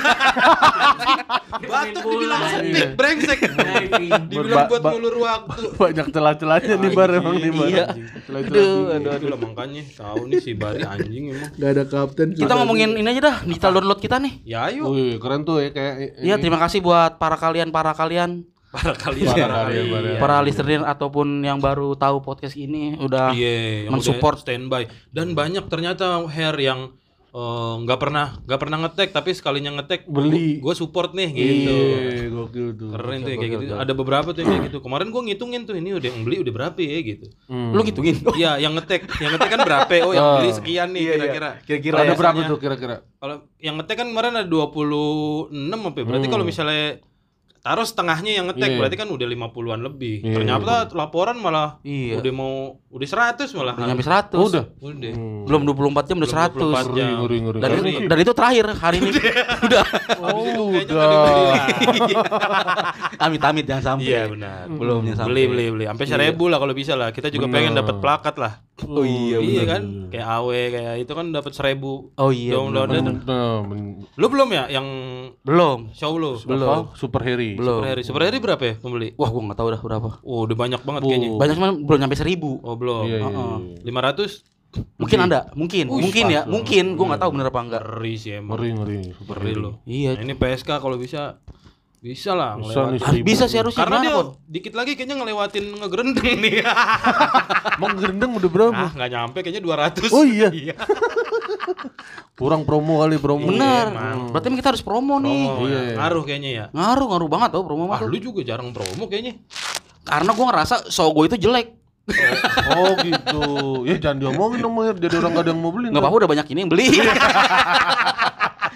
Batuk dibilang speak brengsek. Dibilang buat Ba- ba- ngulur waktu. Banyak celah-celahnya nih bar emang nih bar. Iya. Celah-celah. Aduh, aduh, Itu lah makanya tahu nih si Bari anjing emang. Nggak ada kapten. Kita ngomongin ini aja dah, digital download kita nih. Ya ayo. Wih, keren tuh ya kayak Iya, terima kasih buat para kalian para kalian Para kalian. Para kalian, para- para listener ataupun yang baru tahu podcast ini udah Iya, yang mensupport. udah standby. Dan banyak ternyata hair yang eh, nggak pernah nggak pernah ngetek tapi sekalinya ngetek Beli. gue support nih gitu. Iya, gokil tuh. Keren tuh yang kayak gitu. Ada beberapa tuh yang kayak gitu. Kemarin gue ngitungin tuh ini udah yang beli udah berapa ya gitu. Hmm. Lu gituin. Iya, yang ngetek, yang ngetek kan berapa? Oh, yang beli sekian nih kira-kira. Kira-kira Ada ya. berapa Biasanya. tuh kira-kira? Kalau yang ngetek kan kemarin ada dua puluh enam apa ya? Berarti kalau misalnya taruh setengahnya yang ngetek Iya. berarti kan udah lima puluhan lebih. Iya. Ternyata laporan malah Iya. udah mau udah seratus malah. Udah nyampe seratus. Oh, udah. Udah. Belum dua puluh empat jam udah Belum seratus. dua puluh empat Ngeri, jam. ngeri, ngeri. Dan, Ngeri. itu, dan itu terakhir hari ini. Udah. Oh, Kayaknya nggak dibeli udah. lagi. Amit-amit jangan sampai. Iya benar. Belum jangan sampai. Beli beli beli. Sampai seribu lah kalau bisa lah. Kita juga pengen dapat plakat lah. Oh iya. Iya bener. kan? Kayak A W kayak itu kan dapat seribu. Oh iya. Download. Nah, men- Lu belum ya yang Belum. show lu? apa? Super Harry. Belum. Super Harry. Super Harry berapa ya pembeli? Wah, gua enggak tahu dah berapa. Oh, udah banyak banget Oh. kayaknya. Banyak cuman belum nyampe seribu. Oh, belum. Iya, iya, Heeh. iya. lima ratus Mungkin ada, mungkin, mungkin ya, mungkin. Gua nggak tahu bener apa enggak. ngeri sih emang. Ngeri, ngeri. Super Ngeri Harry. lo. Iya. Nah, ini P S K kalau bisa bisa lah Bisa nih, ngelewatin. Harus bisa sih harusnya. Karena dia Gimana, Pon? dikit lagi kayaknya ngelewatin ngegerendeng nih. Emang gerendeng udah berapa? ah, nggak nyampe kayaknya dua ratus. Oh iya. Iya. Kurang promo kali promo. Bener. emang. Berarti emang kita harus promo nih. Oh, Iya. ya. Ngaruh kayaknya ya. Ngaruh, ngaruh banget tuh promo mah Ah, tuh. lu juga jarang promo kayaknya. Karena gua ngerasa show gue itu jelek. Oh gitu. Ya jangan diomongin dong Mer. Jadi orang gak ada yang mau beli. Enggak apa-apa udah banyak ini yang beli.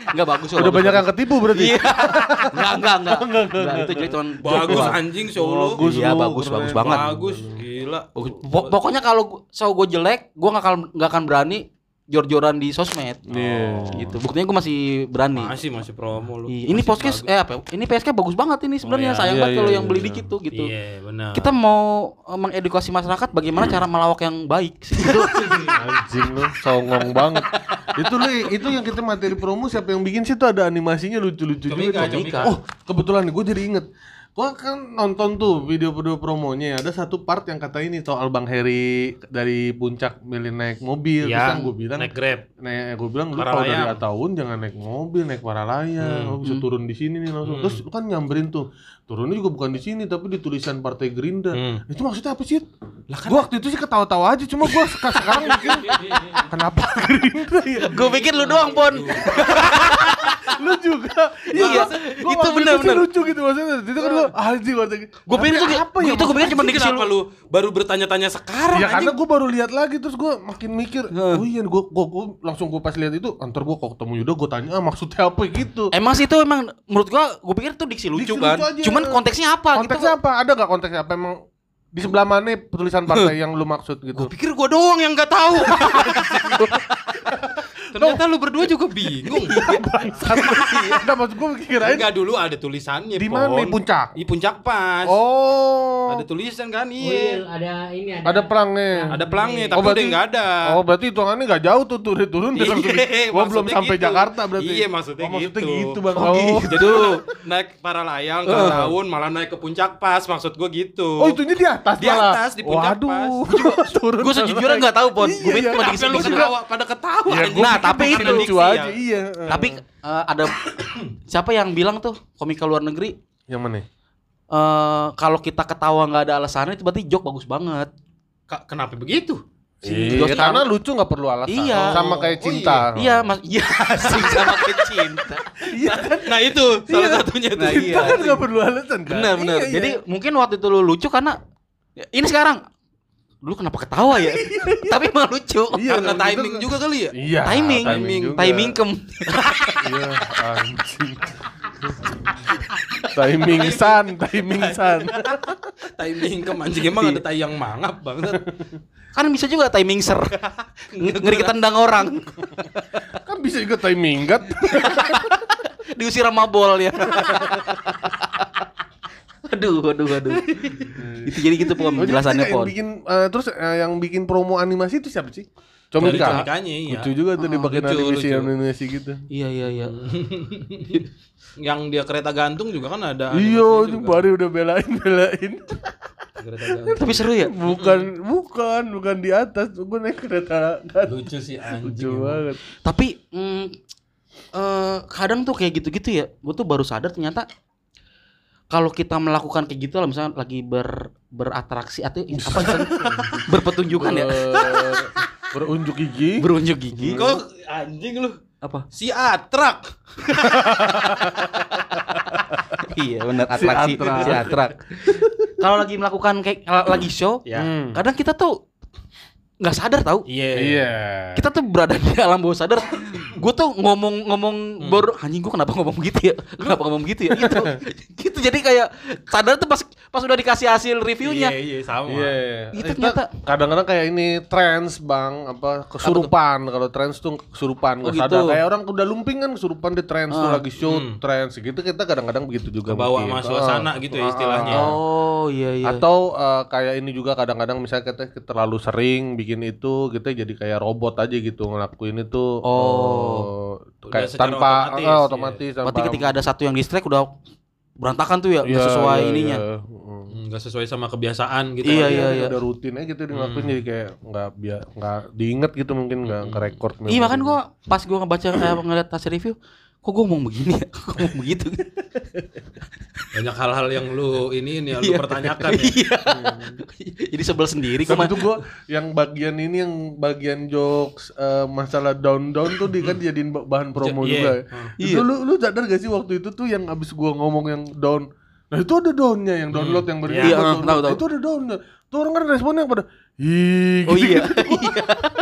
Enggak bagus. Udah bagus, banyak bagus. yang ketipu berarti. Iya. Enggak, enggak, enggak. Enggak, itu jadi cuman Bagus joke doang. anjing show lu. Bagus. Iya, lu, bagus, keren. bagus banget. Bagus, gila. Pok- Pokoknya kalau gua- show gue jelek, gue nggak akan nggak akan berani jor-joran di sosmed. Iya. Gitu. Buktinya gue masih berani. Masih masih promo lu. Iya, ini Masih podcast bagus. eh apa? Ini P S K bagus banget ini sebenarnya. Oh, iya. Sayang Iya, banget kalau iya, yang beli iya. dikit tuh gitu. Iya, benar. Kita mau eh, mengedukasi masyarakat bagaimana cara melawak yang baik. Anjing lu, songong banget. Itu lu itu yang kita materi promo siapa yang bikin sih tuh ada animasinya lucu-lucu Comika, juga. Comika. Oh, kebetulan nih gue jadi inget. Gua kan nonton tuh video-video promonya. Ada satu part yang kata ini soal Bang Heri dari puncak milih naik mobil. Terus Yang kan gue bilang, naik Grab. Nah, gue bilang lu Para kalau dari layang. Ataun jangan naik mobil, naik para layang. Lu bisa turun di sini nih langsung. Terus lu kan nyamberin tuh. Turunnya juga bukan di sini tapi di tulisan Partai Gerindra. Hmm. Itu maksudnya apa sih? Gua waktu itu sih ketawa-tawa aja, cuma gua seka- sekarang mikir kenapa Gerindra ya? Gue pikir lu doang, Pon. Lu juga. Iya, Gua itu waktu benar-benar. sih lucu gitu maksudnya. Itu kan gua anjing waktu Gue pikir itu apa ya? itu gue pikir cuma Anjing, diksi kenapa lu. lu baru bertanya-tanya sekarang? Ya karena anjing? gue baru lihat lagi terus gue makin mikir, oh iya gue gue langsung gue pas lihat itu, antar gue kok ketemu Yuda gue tanya ah, maksudnya apa gitu. Emang sih itu emang menurut gua gue pikir itu diksi lucu Diksi kan. lucu aja. Cuman konteksnya apa Konteksnya gitu. apa? Ada nggak konteksnya apa emang di sebelah mana tulisan partai yang lu maksud gitu? Gua pikir gua doang yang nggak tahu. Ternyata lu berdua juga bingung. Enggak maksud gue kirain Enggak, dulu ada tulisannya. di mana nih Pon. puncak? Di puncak pas. Oh. Ada tulisan kan? Oh iya, Iya. ada ini ada. Ada pelangnya. Ada pelangnya, Oh, tapi berarti- udah nggak ada. Oh berarti hitungannya nggak jauh tuh turun turun dia langsung. Iya, Gua belum maksudnya sampai gitu. Jakarta berarti. Iya, maksudnya oh, maksudnya gitu. gitu bang. Oh, Oh, gitu. Jadi lu naik para layang ke tahun malah naik ke puncak pas, maksud gua gitu. Oh itunya di atas Di malah. atas, di puncak Waduh. pas. turun. Gue sejujurnya nggak tahu, Pon. Gue Iya, pikir iya. cuma Tapi diksi lu lucu. ketawa, pada ketawa. Ya, anjing. gua Nah, pikir tapi bikin itu- lucu diksi aja ya. iya. Tapi eh, ada siapa yang bilang tuh komika luar negeri yang mana? eh kalau kita ketawa nggak ada alasannya itu berarti joke bagus banget. Ka- Kenapa begitu? Iya, Josh karena Allen. lucu nggak perlu alasan. Iya. Sama kayak Oh, cinta. Iya, Mas. Iya, sing sama kayak cinta. Nah itu salah satunya tuh. Nah, Cinta iya. kan nggak perlu alasan kan? Benar, benar. Iya, iya. Jadi mungkin waktu itu lu lucu karena ya, ini sekarang dulu kenapa ketawa ya? Tapi emang lucu. Iya, Karena gitu timing kan. juga kali ya. Iya. timing, juga. timing kem. Iya, anjing. timing san, timing san. Timing ke anjing emang ada tai yang mangap banget. Kan bisa juga timing ser. Ngeri ketendang orang. Kan bisa juga timing gat. Diusir sama bol ya. Aduh, aduh, aduh. Itu jadi gitu Pon, Oh, jadi penjelasannya yang Pon. bikin eh, terus eh, yang bikin promo animasi itu siapa sih? Dari Comika. comikanya, iya. Lucu juga tuh dipakai lucu, animasi lucu. animasi gitu. Iya, iya, iya. Yang dia kereta gantung juga kan ada. Iya, animasinya itu juga. Bari udah belain belain. Kereta gantung. Tapi seru ya. Bukan, bukan, bukan di atas. Gue naik kereta kan. Lucu sih anjing. Lucu emang. banget. Tapi mm, eh, kadang tuh kayak gitu-gitu ya. Gue tuh baru sadar ternyata kalau kita melakukan kayak gitu lah, misalnya lagi ber beratraksi atau apa misalnya berpetunjukan ya, Ber- berunjuk gigi. berunjuk gigi. Kok anjing lu? Apa? Si atrak. Iya benar, atraksi atrak. si atrak. Kalau lagi melakukan kayak kalau lagi show, Ya. Hmm. kadang kita tuh nggak sadar tahu. Iya. Iya. Kita tuh berada di alam bawah sadar. Gue tuh ngomong-ngomong baru anjing gue kenapa ngomong gitu ya? Kenapa ngomong gitu ya? Gitu. Gitu jadi kayak sadar tuh pas pas udah dikasih hasil reviewnya. Iya, iya sama. Iya. Itu Itu ternyata- kadang-kadang kayak ini trans bang, apa kesurupan. Kalau trans tuh kesurupan, Oh, nggak sadar. gitu. Kayak orang udah lumping kan kesurupan di trans tuh Ah. lagi show Hmm. trans gitu. Kita kadang-kadang begitu juga. Kebawa mungkin. sama suasana Ah. gitu ya Ah, istilahnya. ah, ah. Oh iya iya. Atau eh, kayak ini juga kadang-kadang misalnya kita terlalu sering bikin itu, kita jadi kayak robot aja gitu ngelakuin itu. Oh. eh, kayak Udah secara tanpa otomatis, ah, iya. otomatis. tanpa- Berarti ketika ada satu yang distract udah berantakan tuh ya, nggak Iya, sesuai iya, ininya. iya. Mm. Enggak sesuai sama kebiasaan gitu. Iya, kan. iya, Udah- iya. Udah rutin aja gitu dia ngelakuin jadi kayak nggak biar nggak diinget gitu mungkin nggak ke record. Iya makan gua pas gua ngebaca eh, ngeliat hasil review, kok gua ngomong begini ya, kok ngomong begitu. Banyak hal-hal yang lu ini ini yang lu Iya. pertanyakan ya. Iya. Jadi sebel sendiri Sama kok. itu gua yang bagian ini yang bagian jokes eh, masalah down down tuh di kan dijadiin ba- bahan promo Iya. juga. ya. Iya. Itu lu lu sadar gak sih waktu itu tuh yang abis gua ngomong yang down. Nah itu ada downnya yang download yang beribu. Iya, download. tahu, tahu. Itu ada downnya. Tuh orang kan responnya yang pada ih Oh gitu, iya. gitu.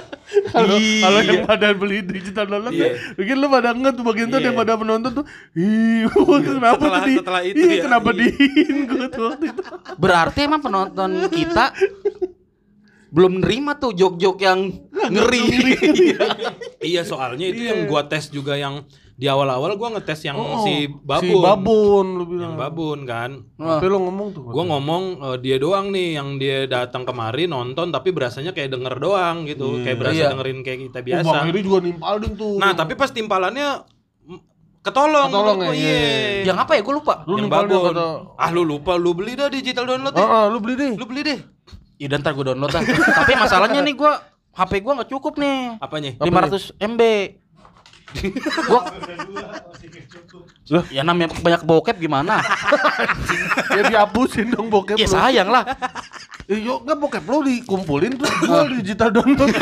Kalau Iya. kalau yang pada beli digital download, Iya. mungkin lu pada nge tuh bagian tuh Iya. yang pada penonton tuh, ih, kenapa Setelah- tadi? setelah itu Iya, ya. kenapa Iya. diin gue tuh waktu itu? Berarti emang penonton kita belum nerima tuh jok-jok yang ngeri. Iya, soalnya itu yang gua tes juga yang di awal-awal gua ngetes yang Oh, si Babun. Si Babun lu bilang. Yang Babun kan. Tapi lu ngomong tuh. Gua ngomong eh, dia doang nih yang dia datang kemari nonton tapi berasanya kayak denger doang gitu. Kayak berasa Iya. dengerin kayak kita Oh, biasa. Bang Heri juga nimpalin tuh. Nah, tapi pas timpalannya mm, ketolong. Ketolong menurut gua, ya, iya. iya. Yang apa ya? Gue lupa. Lu yang nimpalin dia Babun. kata, Ah, lu lupa, lu beli dah digital download ah, deh. ah, lu beli deh. Lu beli deh. Ya udah ntar gue download dah. Tapi masalahnya nih gue H P gue nggak cukup nih. Apanya? lima ratus M B. Gua Lah, ya namanya banyak bokep gimana? ya dihapusin dong bokep Ya lu. sayang lah. Eh, yuk, enggak bokep lu dikumpulin tuh jual di digital download.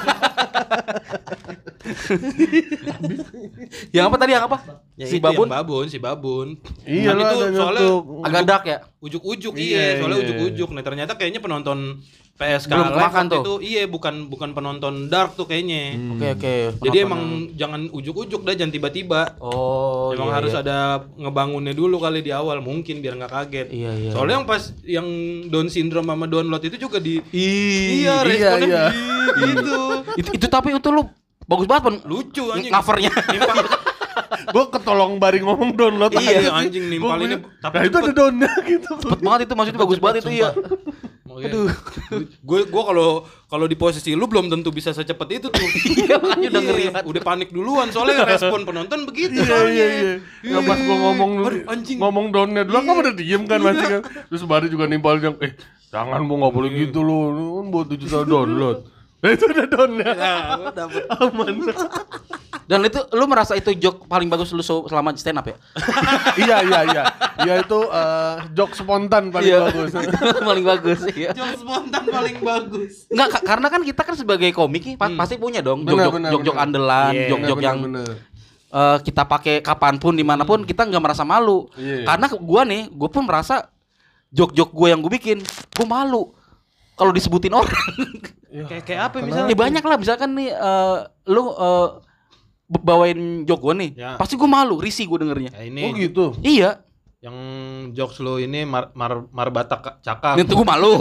Yang apa tadi yang apa? Ya, Si itu Babun? yang Babun, si Babun. Iya Kan lah, itu ada soalnya nyatu. Agak dark ya. ujuk-ujuk Iya, iya, soalnya iya. ujuk-ujuk. Nah, ternyata kayaknya penonton P S K Belum Live kemakan waktu tuh. itu iya bukan bukan penonton dark tuh kayaknya. Oke oke. Jadi Penonton emang yang- jangan ujuk-ujuk dah, jangan tiba-tiba. Oh Emang iya, harus iya. ada ngebangunnya dulu kali di awal mungkin biar nggak kaget. Iya, iya. Soalnya yang pas yang Down syndrome sama download itu juga di Ih, iya responnya iya. di- gitu. itu, itu tapi itu lu bagus banget pon. Lucu anjing. Covernya. Nimpal. Gua ketolong bari ngomong download Iya, aja sih. anjing, Gua nimpalinnya, punya- tapi Nah, itu ada cepet. downnya gitu. Cepet banget itu maksudnya bagus banget itu iya. Aduh. Gue gue kalau kalau di posisi lu belum tentu bisa secepat itu tuh. Iya makanya udah ngeri Iya, banget. udah panik duluan soalnya respon penonton begitu Iya soalnya. iya iya. Nah, pas gua ngomong Aduh, anjing. ngomong downnya dulu kan pada diem kan masih kan. Terus Bari juga nimpal yang eh jangan Bu nggak boleh gitu lu. Lu kan buat digital download. Nah, itu ada downnya. Nah, dapet. Aman. Dan itu lu merasa itu joke paling bagus lu so- selama stand up ya? Iya iya iya. Iya itu eh, joke spontan paling Iya. bagus. paling bagus iya. Jokes spontan paling bagus. Enggak ka- karena kan kita kan sebagai komik nih, pa- pasti punya dong Benar, jok-jok benar, jok-jok benar. andalan, Iya, jok-jok Bener, yang bener, bener. eh, kita pakai kapanpun dimanapun kita nggak merasa malu. Iya. Karena gua nih, gua pun merasa jok-jok gua yang gua bikin, gua malu kalau disebutin orang. Kayak kayak apa Ya misalnya? banyak lah, misalkan nih eh, lu eh, b- bawain jok gua nih, Ya. pasti gua malu, risih gua dengernya. Ya, ini Oh gitu. Iya, yang jokes lu ini mar mar marbatak cakap. itu gua malu.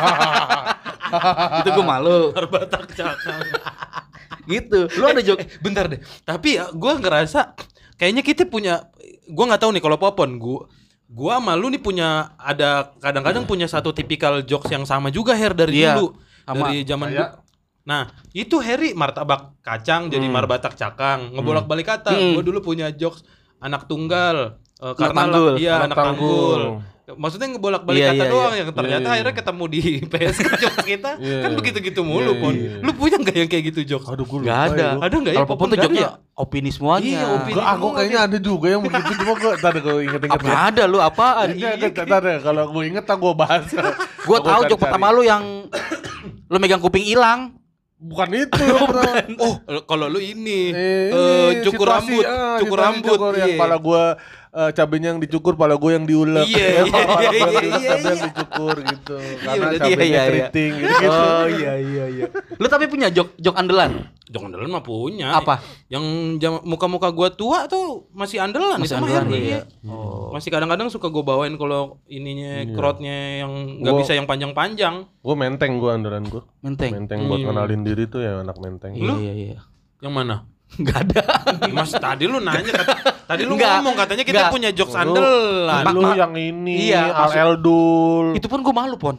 itu gua malu. Marbatak cakap. Gitu. Lu ada jok Eh, bentar deh. Tapi ya gua ngerasa kayaknya kita punya, gua nggak tahu nih kalau Popon, gua gua sama lu nih punya ada kadang-kadang punya satu tipikal jokes yang sama juga Her dari Iya, dulu. sama. Dari zaman Kayak? dulu. Nah, itu Harry martabak kacang jadi marbatak cakang, ngebolak-balik kata. Hmm. Gua dulu punya jokes anak tunggal. eh, Anak karena tanggul. iya Anak anak tanggul. tanggul. Maksudnya ngebolak-balik Iya, kata iya, doang iya. yang ternyata Iya, iya. akhirnya ketemu di P S K jokes kita. Iya. Kan begitu-gitu mulu, Iya, Pon. iya. Lu punya enggak yang kayak gitu jokes? Aduh gua Nggak lupa ada. ya, gua. Ada enggak ya? Kalau Popon tuh Nggak joknya ada. opini semuanya. Iya, opini. Gua, aku kayaknya ada juga yang begitu cuma gua entar gua inget-inget Apa ada lu apaan? Iya, entar ya kalau gua inget tak gua bahas. Gua Aku tahu cari-cari. jok pertama lu yang lu megang kuping hilang. Bukan itu yang pernah. Oh, kalau lu ini Eh, eh, ini cukur situasi, rambut, ah, cukur situasi rambut. cukur yang iya. pala gua eh, cabenya yang dicukur, pala gua yang diulek. Iya, Eh, pala iya, gua yang iya, diulek, iya, cabenya yang iya. dicukur gitu. Karena udah, cabenya iya, iya, iya. keriting gitu. Oh iya iya iya. Lu tapi punya jok jok andalan? Jok andalan mah punya. Apa? Yang jam- muka-muka gua tua tuh masih andalan Masih itu mah, andalan, Her. iya. Oh. Masih kadang-kadang suka gua bawain kalau ininya crowdnya yang nggak Gua- bisa yang panjang-panjang. Gua menteng gua andalan gua. Menteng. Menteng buat Hmm. kenalin diri tuh ya anak menteng. Iya iya iya. Yang mana? Enggak ada. Mas tadi lu nanya kata- tadi lu Enggak, ngomong katanya kita enggak. punya jokes Lu- andalan. Lu Ma- ma- yang ini, Iya, Al maksud- Eldul. Itu pun gua malu, Pon.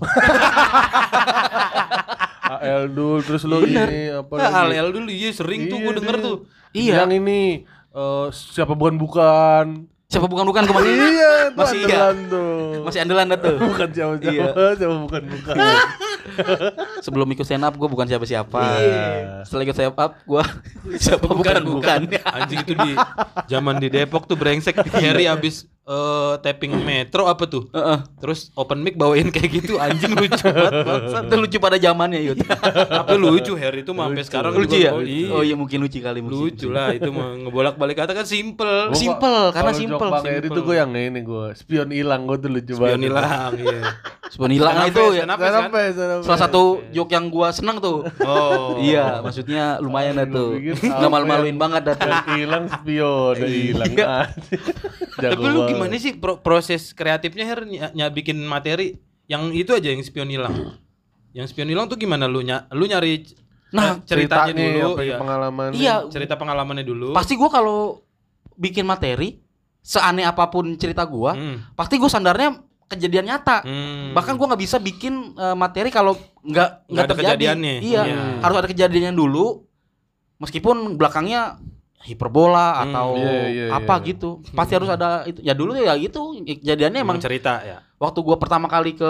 Al Eldul terus lu ini apa Ya, lagi? Al-El dulu iya sering tuh Iya, gua denger dia. tuh. Iya. Yang ini eh, siapa bukan bukan. Siapa bukan bukan gua masih Iya, tuh Masih iya. andalan tuh. masih andalan dah tuh. Bukan siapa Iya. siapa, siapa bukan bukan. Sebelum ikut stand up gua bukan siapa-siapa. Iya. Setelah ikut stand up gua siapa bukan bukan. Anjing itu di zaman di Depok tuh brengsek. Harry abis eh, tapping Metro apa tuh? Heeh. Terus open mic bawain kayak gitu, anjing lucu banget bangsat. Itu lucu pada zamannya, Yud. Tapi lucu Harry itu mah sampai sekarang Lucu juga- ya? Oh, iya. Oh iya mungkin lucu kali mungkin. Lucu lah itu mah ngebolak-balik kata kan simple. Simple, karena Kalau simple, jok Bang Eri simple. tuh gue yang ini gue spion hilang gue tuh lucu Spion banget. hilang, iya. Spion hilang nah itu ya. Stand up, stand up, kan? Salah satu joke yang gua seneng tuh. Oh. Iya, maksudnya lumayan dah tuh. Enggak malu-maluin banget dah tuh. Hilang spion, udah hilang. Tapi lu gimana sih pro- proses kreatifnya Her ny- ny- bikin materi yang itu aja yang spion hilang. Yang spion hilang tuh gimana lu ny- lu nyari Nah, ceritanya, ceritanya, dulu, apa, iya. pengalaman. Iya, cerita pengalamannya dulu. pasti gua kalau bikin materi seaneh apapun cerita gua, Hmm. pasti gua sandarnya kejadian nyata. Hmm. Bahkan gua nggak bisa bikin uh, materi kalau nggak nggak ada terjadi. kejadiannya. Iya, Iya. harus ada kejadiannya dulu. Meskipun belakangnya hiperbola Hmm, atau iya, iya, apa iya. gitu, pasti harus ada itu. Ya dulu ya gitu kejadiannya emang emang. cerita ya. Waktu gua pertama kali ke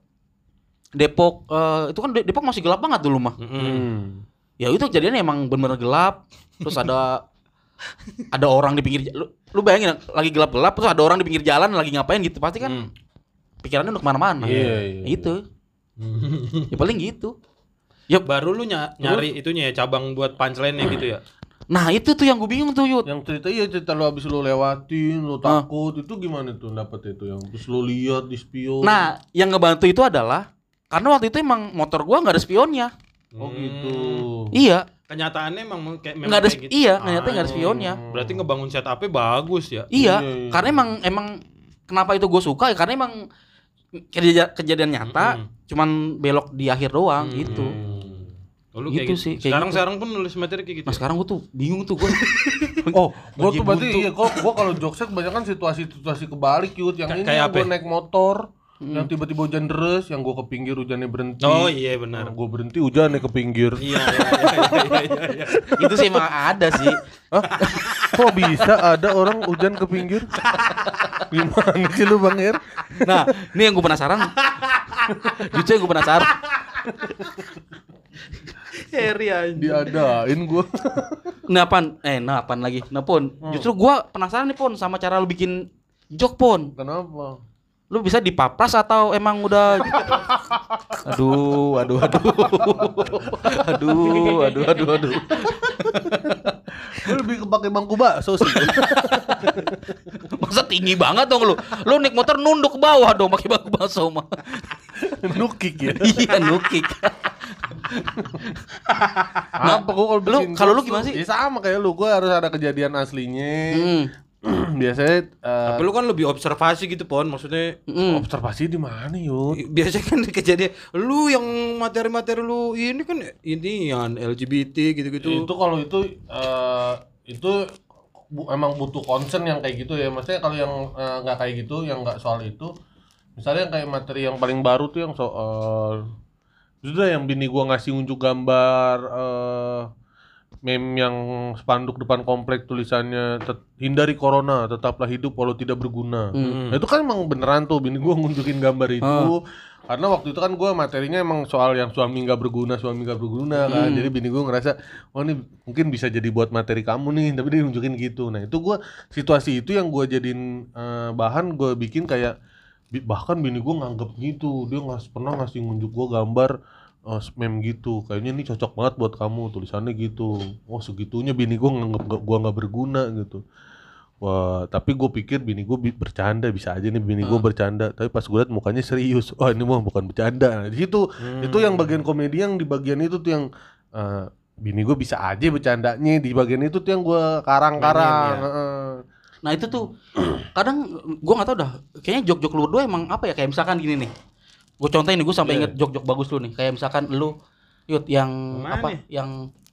Depok, uh, itu kan De- Depok masih gelap banget dulu mah. Mm-mm. Hmm. Ya itu kejadiannya emang bener-bener gelap. Terus ada ada orang di pinggir lu, lu bayangin lagi gelap-gelap terus ada orang di pinggir jalan lagi ngapain gitu pasti kan Hmm. pikirannya udah kemana-mana. Iya, iya, iya. Itu. Ya paling gitu. Ya Baru lu ny- nyari itunya ya cabang buat punchline-nya gitu ya. nah itu tuh yang gue bingung tuh Yud. Yang cerita iya cerita lu abis lu lewatin, lu takut, itu gimana tuh dapet itu yang terus lu lihat di spion. Nah, yang ngebantu itu adalah karena waktu itu emang motor gua nggak ada spionnya. Oh gitu. Iya, Kenyataannya emang mau- kayak memang nggak ada kayak sp- gitu. iya, ternyata nggak ada spionnya. Berarti ngebangun setup-nya bagus ya. Iya, Iya, iya. karena emang emang kenapa itu gue suka ya karena emang kejadian, kejadian nyata, Mm. cuman belok di akhir doang Hmm. gitu. Oh, lu Gitu kayak sih, gitu. kayak Sekarang gitu. sekarang pun nulis materi kayak gitu. Nah ya? sekarang gue tuh bingung tuh gue. Oh, gua Lagi tuh berarti buntu. iya gua gua kalau jokesnya kebanyakan situasi-situasi kebalik Yud. Yang Ka- ini kayak yang apa gua ya? naik motor, yang tiba-tiba hujan deras, yang gua ke pinggir hujannya berhenti. Oh iya benar. Nah, gua berhenti hujannya ke pinggir. Iya iya iya iya iya. iya. Itu sih emang ada sih. Hah? Kok bisa ada orang hujan ke pinggir? Gimana sih lu Bang Er? Nah, ini yang gue penasaran. Jujur yang gue penasaran. Heri anjing. Diadain gua. Nah, pan, eh, nah, pan lagi. Nah, Pon. Justru gue penasaran nih, Pon, sama cara lu bikin joke, Pon. Kenapa? Lu bisa dipapras atau emang udah Aduh, aduh, aduh. Aduh, aduh, aduh, aduh. Gua lebih kepake bangku bakso sih. Masa tinggi banget dong lu. Lu naik motor nunduk ke bawah dong pakai bangku bakso mah. Nukik ya. Iya, nukik. Nah, Apa gua kalau lu- bikin kalau lu jokes gimana tuh, sih? Ya sama kayak lu, gua harus ada kejadian aslinya. Hmm. Biasanya eh, Tapi lu kan lebih observasi gitu Pon, maksudnya Hmm. observasi di mana Yud? biasanya kan kejadian lu yang materi-materi lu ini kan ini yang L G B T gitu-gitu. Itu kalau itu eh, itu bu- emang butuh concern yang kayak gitu ya. Maksudnya kalau yang eh, nggak kayak gitu, yang nggak soal itu, misalnya yang kayak materi yang paling baru tuh yang soal sudah yang bini gua ngasih unjuk gambar eh, meme yang spanduk depan komplek tulisannya "Tet- hindari corona, tetaplah hidup walau tidak berguna. Hmm. Nah, itu kan emang beneran tuh bini gua ngunjukin gambar itu. Karena waktu itu kan gua materinya emang soal yang suami nggak berguna, suami nggak berguna kan. Jadi bini gua ngerasa, oh ini mungkin bisa jadi buat materi kamu nih, tapi dia nunjukin gitu. Nah itu gua situasi itu yang gua jadiin eh, bahan, gua bikin kayak bi- bahkan bini gua nganggep gitu. Dia nggak pernah ngasih ngunjuk gua gambar eh, meme gitu. Kayaknya ini cocok banget buat kamu, tulisannya gitu. Oh segitunya bini gua nganggep nggak- gua nggak berguna gitu. Wah, tapi gue pikir bini gue bercanda, bisa aja nih bini gue bercanda. Tapi pas gue liat mukanya serius, oh ini mah bukan bercanda. Nah, di situ itu yang bagian komedi yang di bagian itu tuh yang eh, bini gue bisa aja bercandanya. Di bagian itu tuh yang gue karang-karang. Mainin, Heeh. Nah itu tuh kadang gua nggak tahu dah. Kayaknya jok-jok lu berdua emang apa ya kayak misalkan gini nih. Gue contohin nih, gue sampai inget jok-jok bagus lu nih. Kayak misalkan lu Yud yang Mana apa? nih? Yang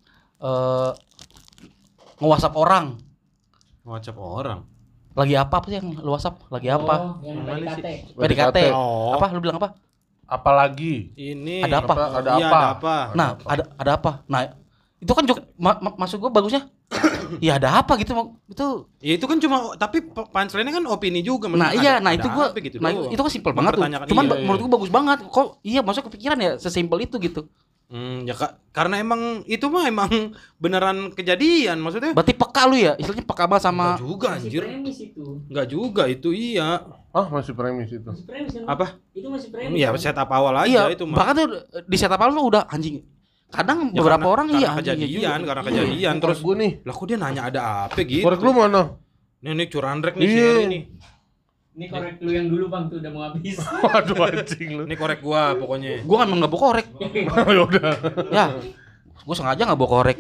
eh nge-WhatsApp orang. WhatsApp orang. Lagi apa apa sih yang lu WhatsApp? Lagi apa? Oh, yang Mana P D K T. P D K T. Oh. Apa lu bilang apa? Apalagi Ini Ada apa? Ada Iya, apa? ada apa? Nah, ada ada apa? Nah, itu kan jok ma ma- maksud gua bagusnya. Ya ada apa gitu itu. Ya itu kan cuma tapi p- punchline-nya kan opini juga. Nah, maksudnya iya, ada- nah ada itu gua apa gitu nah doang. itu kan simpel banget tuh. Mempertanyakan, Cuman iya, ba- iya. menurut gua bagus banget. Kok iya maksudnya kepikiran ya sesimpel itu gitu. Hmm, ya Kak, karena emang itu mah emang beneran kejadian maksudnya. Berarti peka lu ya, istilahnya peka banget sama Enggak juga Masih anjir. premis itu. Enggak juga itu iya. ah masih premis itu. Masih premis kan? Apa? Itu masih premis. Ya kan? setup awal aja iya, itu mah. bahkan tuh di setup awal lu udah anjing. Kadang Ya, beberapa karena- orang karena iya anjing, iya kejadian, juga. karena kejadian terus gue nih. lah kok dia nanya ada apa gitu. Korek lu mana? Nih nih curanrek nih Iya. si Heri nih. Ini korek lu yang dulu Bang tuh udah mau habis. Waduh anjing lu. Ini korek gua pokoknya. Gua kan emang nggak bawa korek. Ya udah. Ya, gua sengaja nggak bawa korek.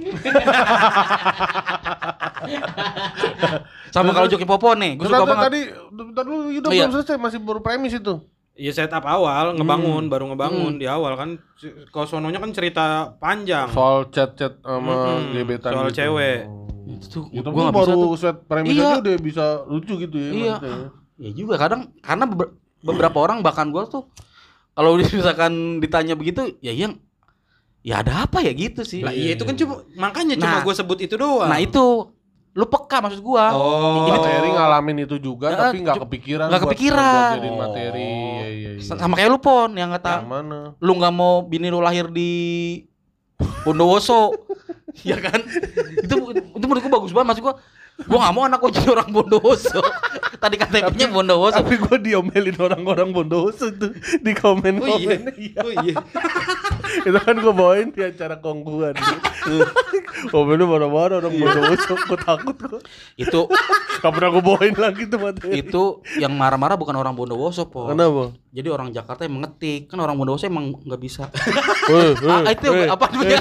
Sama kalau jokin popo nih, gua suka banget. Tadi tadi lu udah Oh, iya. belum selesai, masih baru premis itu. Iya setup awal, ngebangun, baru ngebangun di awal kan. Kalau sononya kan cerita panjang. Soal chat-chat sama Mm-mm, gebetan soal gitu. cewek. Itu tuh Itu gua nggak bisa baru tuh. set premis Iya. aja udah bisa lucu gitu ya. Iya. maksudnya. Ya juga kadang karena beber- beberapa orang bahkan gua tuh kalau misalkan ditanya begitu, ya yang ya ada apa ya gitu sih. Lah iya itu kan cuma makanya cuma Nah. gua sebut itu doang. Nah itu lu peka maksud gua. Oh. Ini Materi ngalamin itu juga Ya, tapi nggak cu- kepikiran nggak buat- kepikiran. buat jadiin materi. Iya, iya, iya. sama kayak lu Pon yang kata Yang mana? lu nggak mau bini lu lahir di Bondowoso. Ya kan? itu itu menurut gua bagus banget maksud gua. Gua nggak mau anak gua jadi orang Bondowoso. Tadi K T P-nya Bondowoso. Tapi gue diomelin orang-orang Bondowoso tuh di komen-komen. Oh iya. Oh iya. Itu kan gue bawain di acara kongguan. Komennya marah-marah orang Bondowoso. Gue takut gue. Itu Gak pernah gue bawain lagi tuh materi. itu yang marah-marah bukan orang Bondowoso, Po. Kenapa? Jadi orang Jakarta yang mengetik. Kan orang Bondowoso emang nggak bisa. Weh, weh, Ah, itu weh. apa namanya?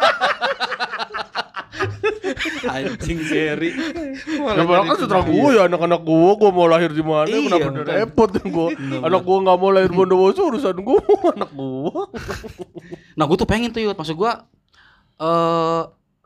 Anjing seri. Ya malah kan setelah gue ya anak-anak gue, gue mau lahir di mana, Iya, kenapa bener. udah repot gue. Anak gue nggak mau lahir Bondowoso urusan gue, anak gue. Nah, gue tuh pengen tuh, Yud. Maksud gue eh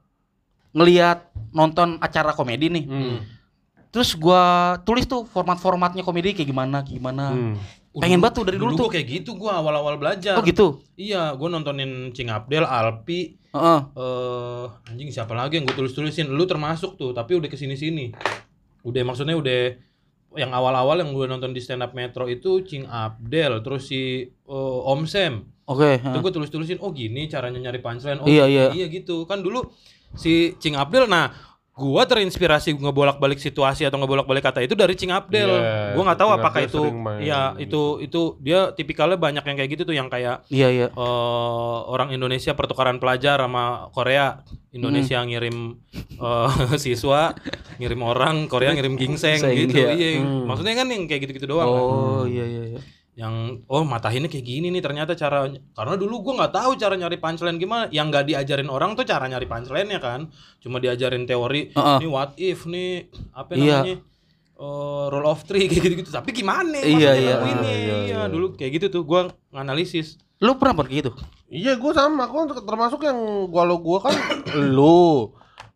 ngelihat nonton acara komedi nih. Hmm. Terus gua tulis tuh format-formatnya komedi kayak gimana, kayak gimana. Hmm. Pengen banget tuh dari dulu, Dulu tuh. gua kayak gitu gua awal-awal belajar. Oh gitu. Iya, gua nontonin Cing Abdel, Alpi, Heeh. eh anjing siapa lagi yang gua tulis-tulisin. Lu termasuk tuh, tapi udah kesini-sini. Udah maksudnya udah yang awal-awal yang gua nonton di stand up Metro itu Cing Abdel, terus si eh, Om Sam. Oke. Itu heeh. gue tulis-tulisin, oh gini caranya nyari punchline. Oh Iya, iya. iya gitu. Kan dulu si Cing Abdel, nah gua terinspirasi ngebolak-balik situasi atau ngebolak-balik kata itu dari Cing Abdel. Iya, Gua nggak tahu Cing apakah Abdel itu, sering main ya gitu. itu itu dia tipikalnya banyak yang kayak gitu tuh, yang kayak Iya, iya. eh, orang Indonesia pertukaran pelajar sama Korea. Indonesia Hmm. ngirim eh, siswa, ngirim orang, Korea ngirim gingseng Gingseng, gitu. iya. Iya, Hmm. maksudnya kan yang kayak gitu-gitu doang. kan. Oh, iya, iya, iya. Yang oh matahinnya kayak gini nih ternyata cara, karena dulu gua nggak tahu cara nyari punchline gimana, yang nggak diajarin orang tuh cara nyari punchline-nya kan, cuma diajarin teori. Uh-uh. Nih what if nih apa Iya. namanya eh, rule of three kayak gitu-gitu, tapi gimana Iya, maksudnya iya. lakuinnya? Ah, iya, Iya, iya. dulu kayak gitu tuh gua nganalisis. Lu pernah pernah kayak gitu? Iya gue sama, gue termasuk yang kalau gue kan lu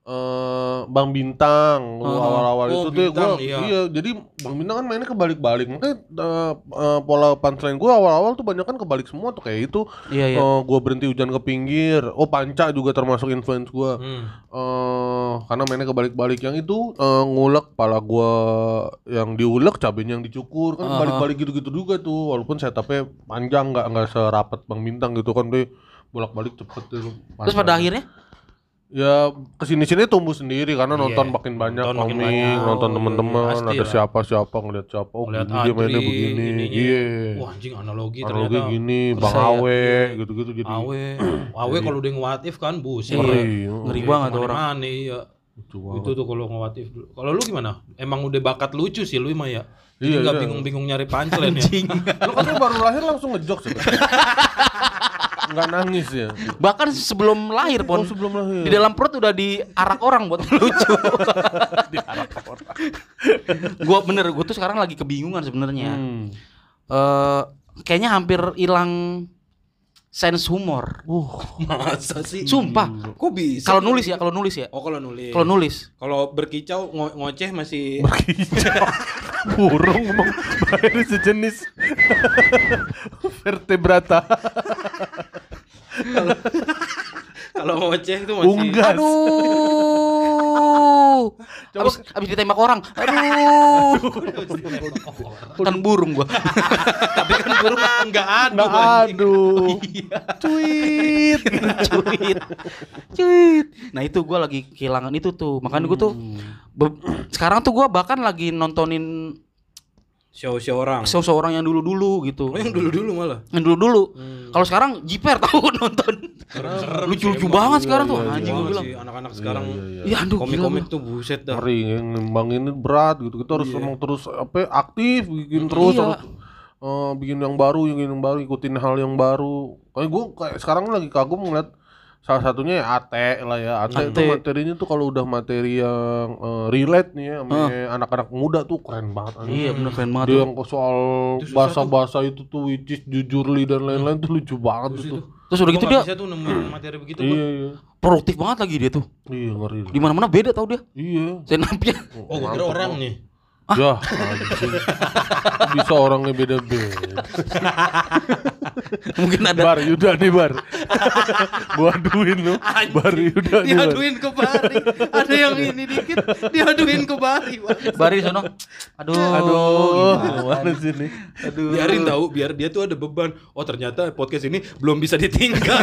eh Bang Bintang lu Oh. awal-awal Oh, itu tuh Bintang, gue iya. iya jadi Bang Bintang kan mainnya kebalik-balik makanya eh, eh, pola punchline gue awal-awal tuh banyak kan kebalik semua tuh kayak itu. Iya, iya. gue berhenti hujan ke pinggir, oh Panca juga termasuk influence gue. Hmm. eh karena mainnya kebalik-balik yang itu eh, ngulek pala gua yang diulek cabenya yang dicukur kan Aha. balik-balik gitu-gitu juga tuh walaupun setupnya panjang nggak nggak serapet Bang Bintang gitu kan deh bolak-balik cepet tuh. Terus pada akhirnya ya kesini-sini tumbuh sendiri karena Iya, nonton makin banyak nonton makin komik, banyak. nonton Oh, teman-teman iya, pasti ada lah. siapa-siapa ngeliat siapa oh Ngeliat gini dia mainnya Adri, begini ininya. iya Wah anjing analogi, analogi ternyata. gini Terus Bang saya- Awe gitu-gitu jadi Awe, Awe kalau udah nge-what if kan buset. Iya. ngeri Ngeri banget tuh orang. Kemana-mana, iya. Lucu banget. Itu tuh kalau nge-what if dulu. Kalau lu gimana? Emang udah bakat lucu sih lu mah ya. Jadi Iya, nggak iya. bingung-bingung nyari punchline ya. Lu kan baru lahir langsung ngejok sebenarnya. Nggak nangis ya. bahkan sebelum lahir Oh Pon sebelum lahir. di dalam perut udah diarak orang buat lucu. Gua bener, gua tuh sekarang lagi kebingungan sebenarnya. Hmm. Eh, kayaknya hampir hilang sense humor. Masa sih? Sumpah. Kok bisa? Kalau nulis ya, kalau nulis ya. Oh, kalau nulis. Kalau nulis. Kalau berkicau ngo- ngoceh masih Burung emang bahannya sejenis vertebrata. kalau ngoceh itu masih Unggas. Aduh. Abis, abis ditembak orang. Aduh. Kan burung gua. tapi kan burung enggak ada. Nggak aduh. Cuit. Cuit. Cuit. Nah, itu gua lagi kehilangan itu tuh. Makanya gua tuh be- sekarang tuh gua bahkan lagi nontonin Show-show orang. Show-show orang yang dulu-dulu gitu. Oh, yang dulu-dulu malah. Yang dulu-dulu. Hmm. Kalau sekarang jiper tahu nonton. Lucu-lucu banget sekarang tuh. Anjing gue bilang. Sih, anak-anak sekarang ya aduh komik-komik tuh buset dah. Ngeri, ngembangin berat gitu. Kita harus Iya. emang terus apa aktif bikin terus Iya. harus uh, bikin yang baru, bikin yang baru, ikutin hal yang baru. Kayak gue kayak sekarang lagi kagum ngeliat salah satunya ya A T lah ya. A T itu materinya tuh kalau udah materi yang uh, relate nih ya sama uh. anak-anak muda tuh keren banget. Anjing. Iya bener keren banget. Dia yang soal bahasa-bahasa itu tuh which is jujurly dan lain-lain tuh lucu banget tuh. Terus udah gitu dia bisa tuh nemuin materi begitu. Iya, iya. Produktif banget lagi dia tuh. Iya ngeri. Di mana-mana beda tau dia. Iya. Senapnya. Oh, gue kira orang nih. Ya, anjing. Bisa orangnya beda-beda. Mungkin ada Bar Yuda nih Bar. Gua aduin lu. Bar Yuda nih Bar. Diaduin ke Bari. Ada yang ini dikit diaduin ke Bari. Bari sono. Aduh. Aduh, gimana sih nih? Aduh. Biarin tahu biar dia tuh ada beban. Oh, ternyata podcast ini belum bisa ditinggal.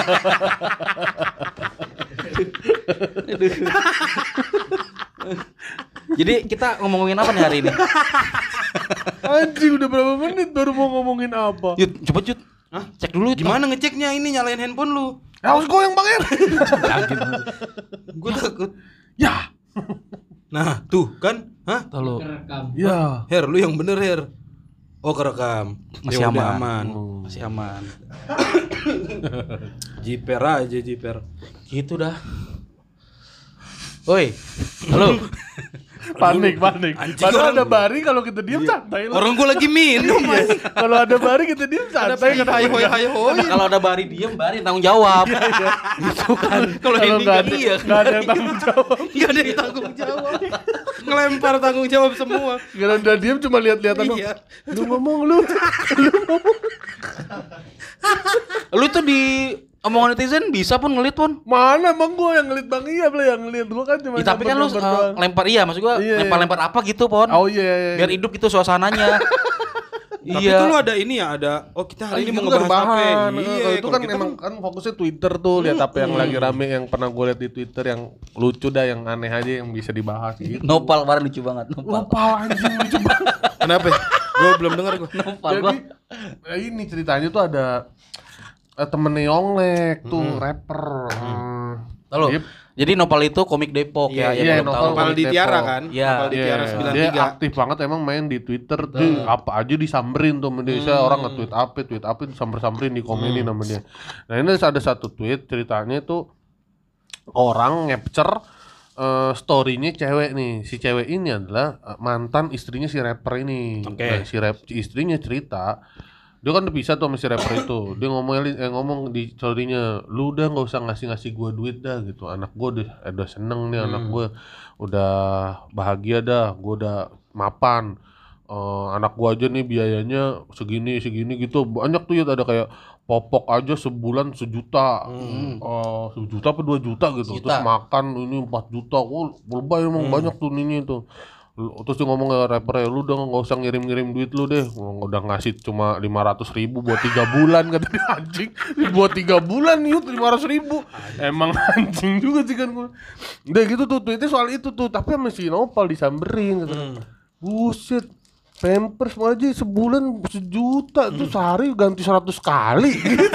Jadi kita ngomongin apa nih hari ini? Anjing udah berapa menit baru mau ngomongin apa? Yud, coba Yud. Hah? Cek dulu Yud. Gimana ngeceknya ini nyalain handphone lu? Harus gue yang bangir. Gue takut. Ya. Nah, tuh kan? Hah? Halo. Kerekam. Ya. Her, lu yang bener, Her. Oh, kerekam. Masih Ya udah, aman. aman. Hmm. Masih aman. Jiper aja, jiper. Gitu dah. Oi. Halo. Panik, panik. Anjing, Padahal orang- ada Bari kalau kita diam santai lah. Orang gua lagi minum. anjing. Kalau ada Bari kita diam Ada santai hayo hayo hayo hayo. Kalau ada Bari diem, Bari tanggung jawab. Gitu kan. Kalau Kalau ini nggak kan ada, iya. nggak ada yang tanggung jawab. Enggak ada yang tanggung jawab. Ngelempar tanggung jawab semua. Gara udah diam cuma lihat-lihatan dong. Iya. Lu ngomong lu. Lu tuh di omongan netizen bisa pun ngelit pun. Mana emang gue yang ngelit Bang Iya lah yang ngelit gue kan cuma Ya, tapi kan lu nyamper-nyamper uh, doang. lempar iya maksud gua Iya, lempar-lempar apa gitu pon. Oh iya iya. Biar hidup gitu suasananya. Tapi Iya. itu lu ada ini ya, ada oh kita hari ini mau Itu kan ngebahas apa? bahan. Iya, Kalau itu kalau kan kita emang kan fokusnya Twitter tuh, lihat apa yang lagi rame yang pernah gue lihat di Twitter yang lucu dah, yang aneh aja yang bisa dibahas gitu. Nopal kemarin lucu banget. Nopal. Lupa anjing lucu banget. Kenapa? Gue belum dengar gue. Nopal gua. Jadi eh, ini ceritanya tuh ada eh, temennya Yonglek tuh rapper. Hmm. Halo. Dia, Jadi Nopal itu komik Depok Iya, ya, iya, yang belum Nopal tahu. Nopal di Depok. Tiara kan? Iya. Nopal di Tiara Iya, sembilan dia tiga. aktif banget emang main di Twitter tuh apa aja disamberin tuh sama dia. Saya orang nge-tweet apa, tweet apa disamber-samberin dikomenin sama dia. Nah, ini ada satu tweet ceritanya tuh orang ngepcer uh, story-nya cewek nih. Si cewek ini adalah uh, mantan istrinya si rapper ini. Oke. Nah, si rap istrinya cerita dia kan udah pisah tuh sama si rapper itu. Dia ngomong eh, ngomong di story-nya, lu udah nggak usah ngasih-ngasih gua duit dah gitu. Anak gua udah eh, udah seneng nih, anak gua udah bahagia dah, gua udah mapan. Eh, anak gua aja nih biayanya segini segini gitu. Banyak tuh ya, ada kayak popok aja sebulan sejuta. Eh, sejuta apa dua juta gitu. Sejuta. Terus makan ini empat juta. Wah, lebay emang banyak tuh ini tuh. Lu- Terus dia ngomong ke rapper, lu udah nggak usah ngirim-ngirim duit lu deh, udah ngasih cuma lima ratus ribu buat tiga bulan kata dia. Anjing, buat tiga bulan yuk lima ratus ribu, emang anjing juga sih kan gua. Udah gitu tuh tweetnya soal itu tuh, tapi sama si Nopal disamberin kata. Buset, Pampers aja sebulan sejuta tuh, sehari ganti seratus kali gitu.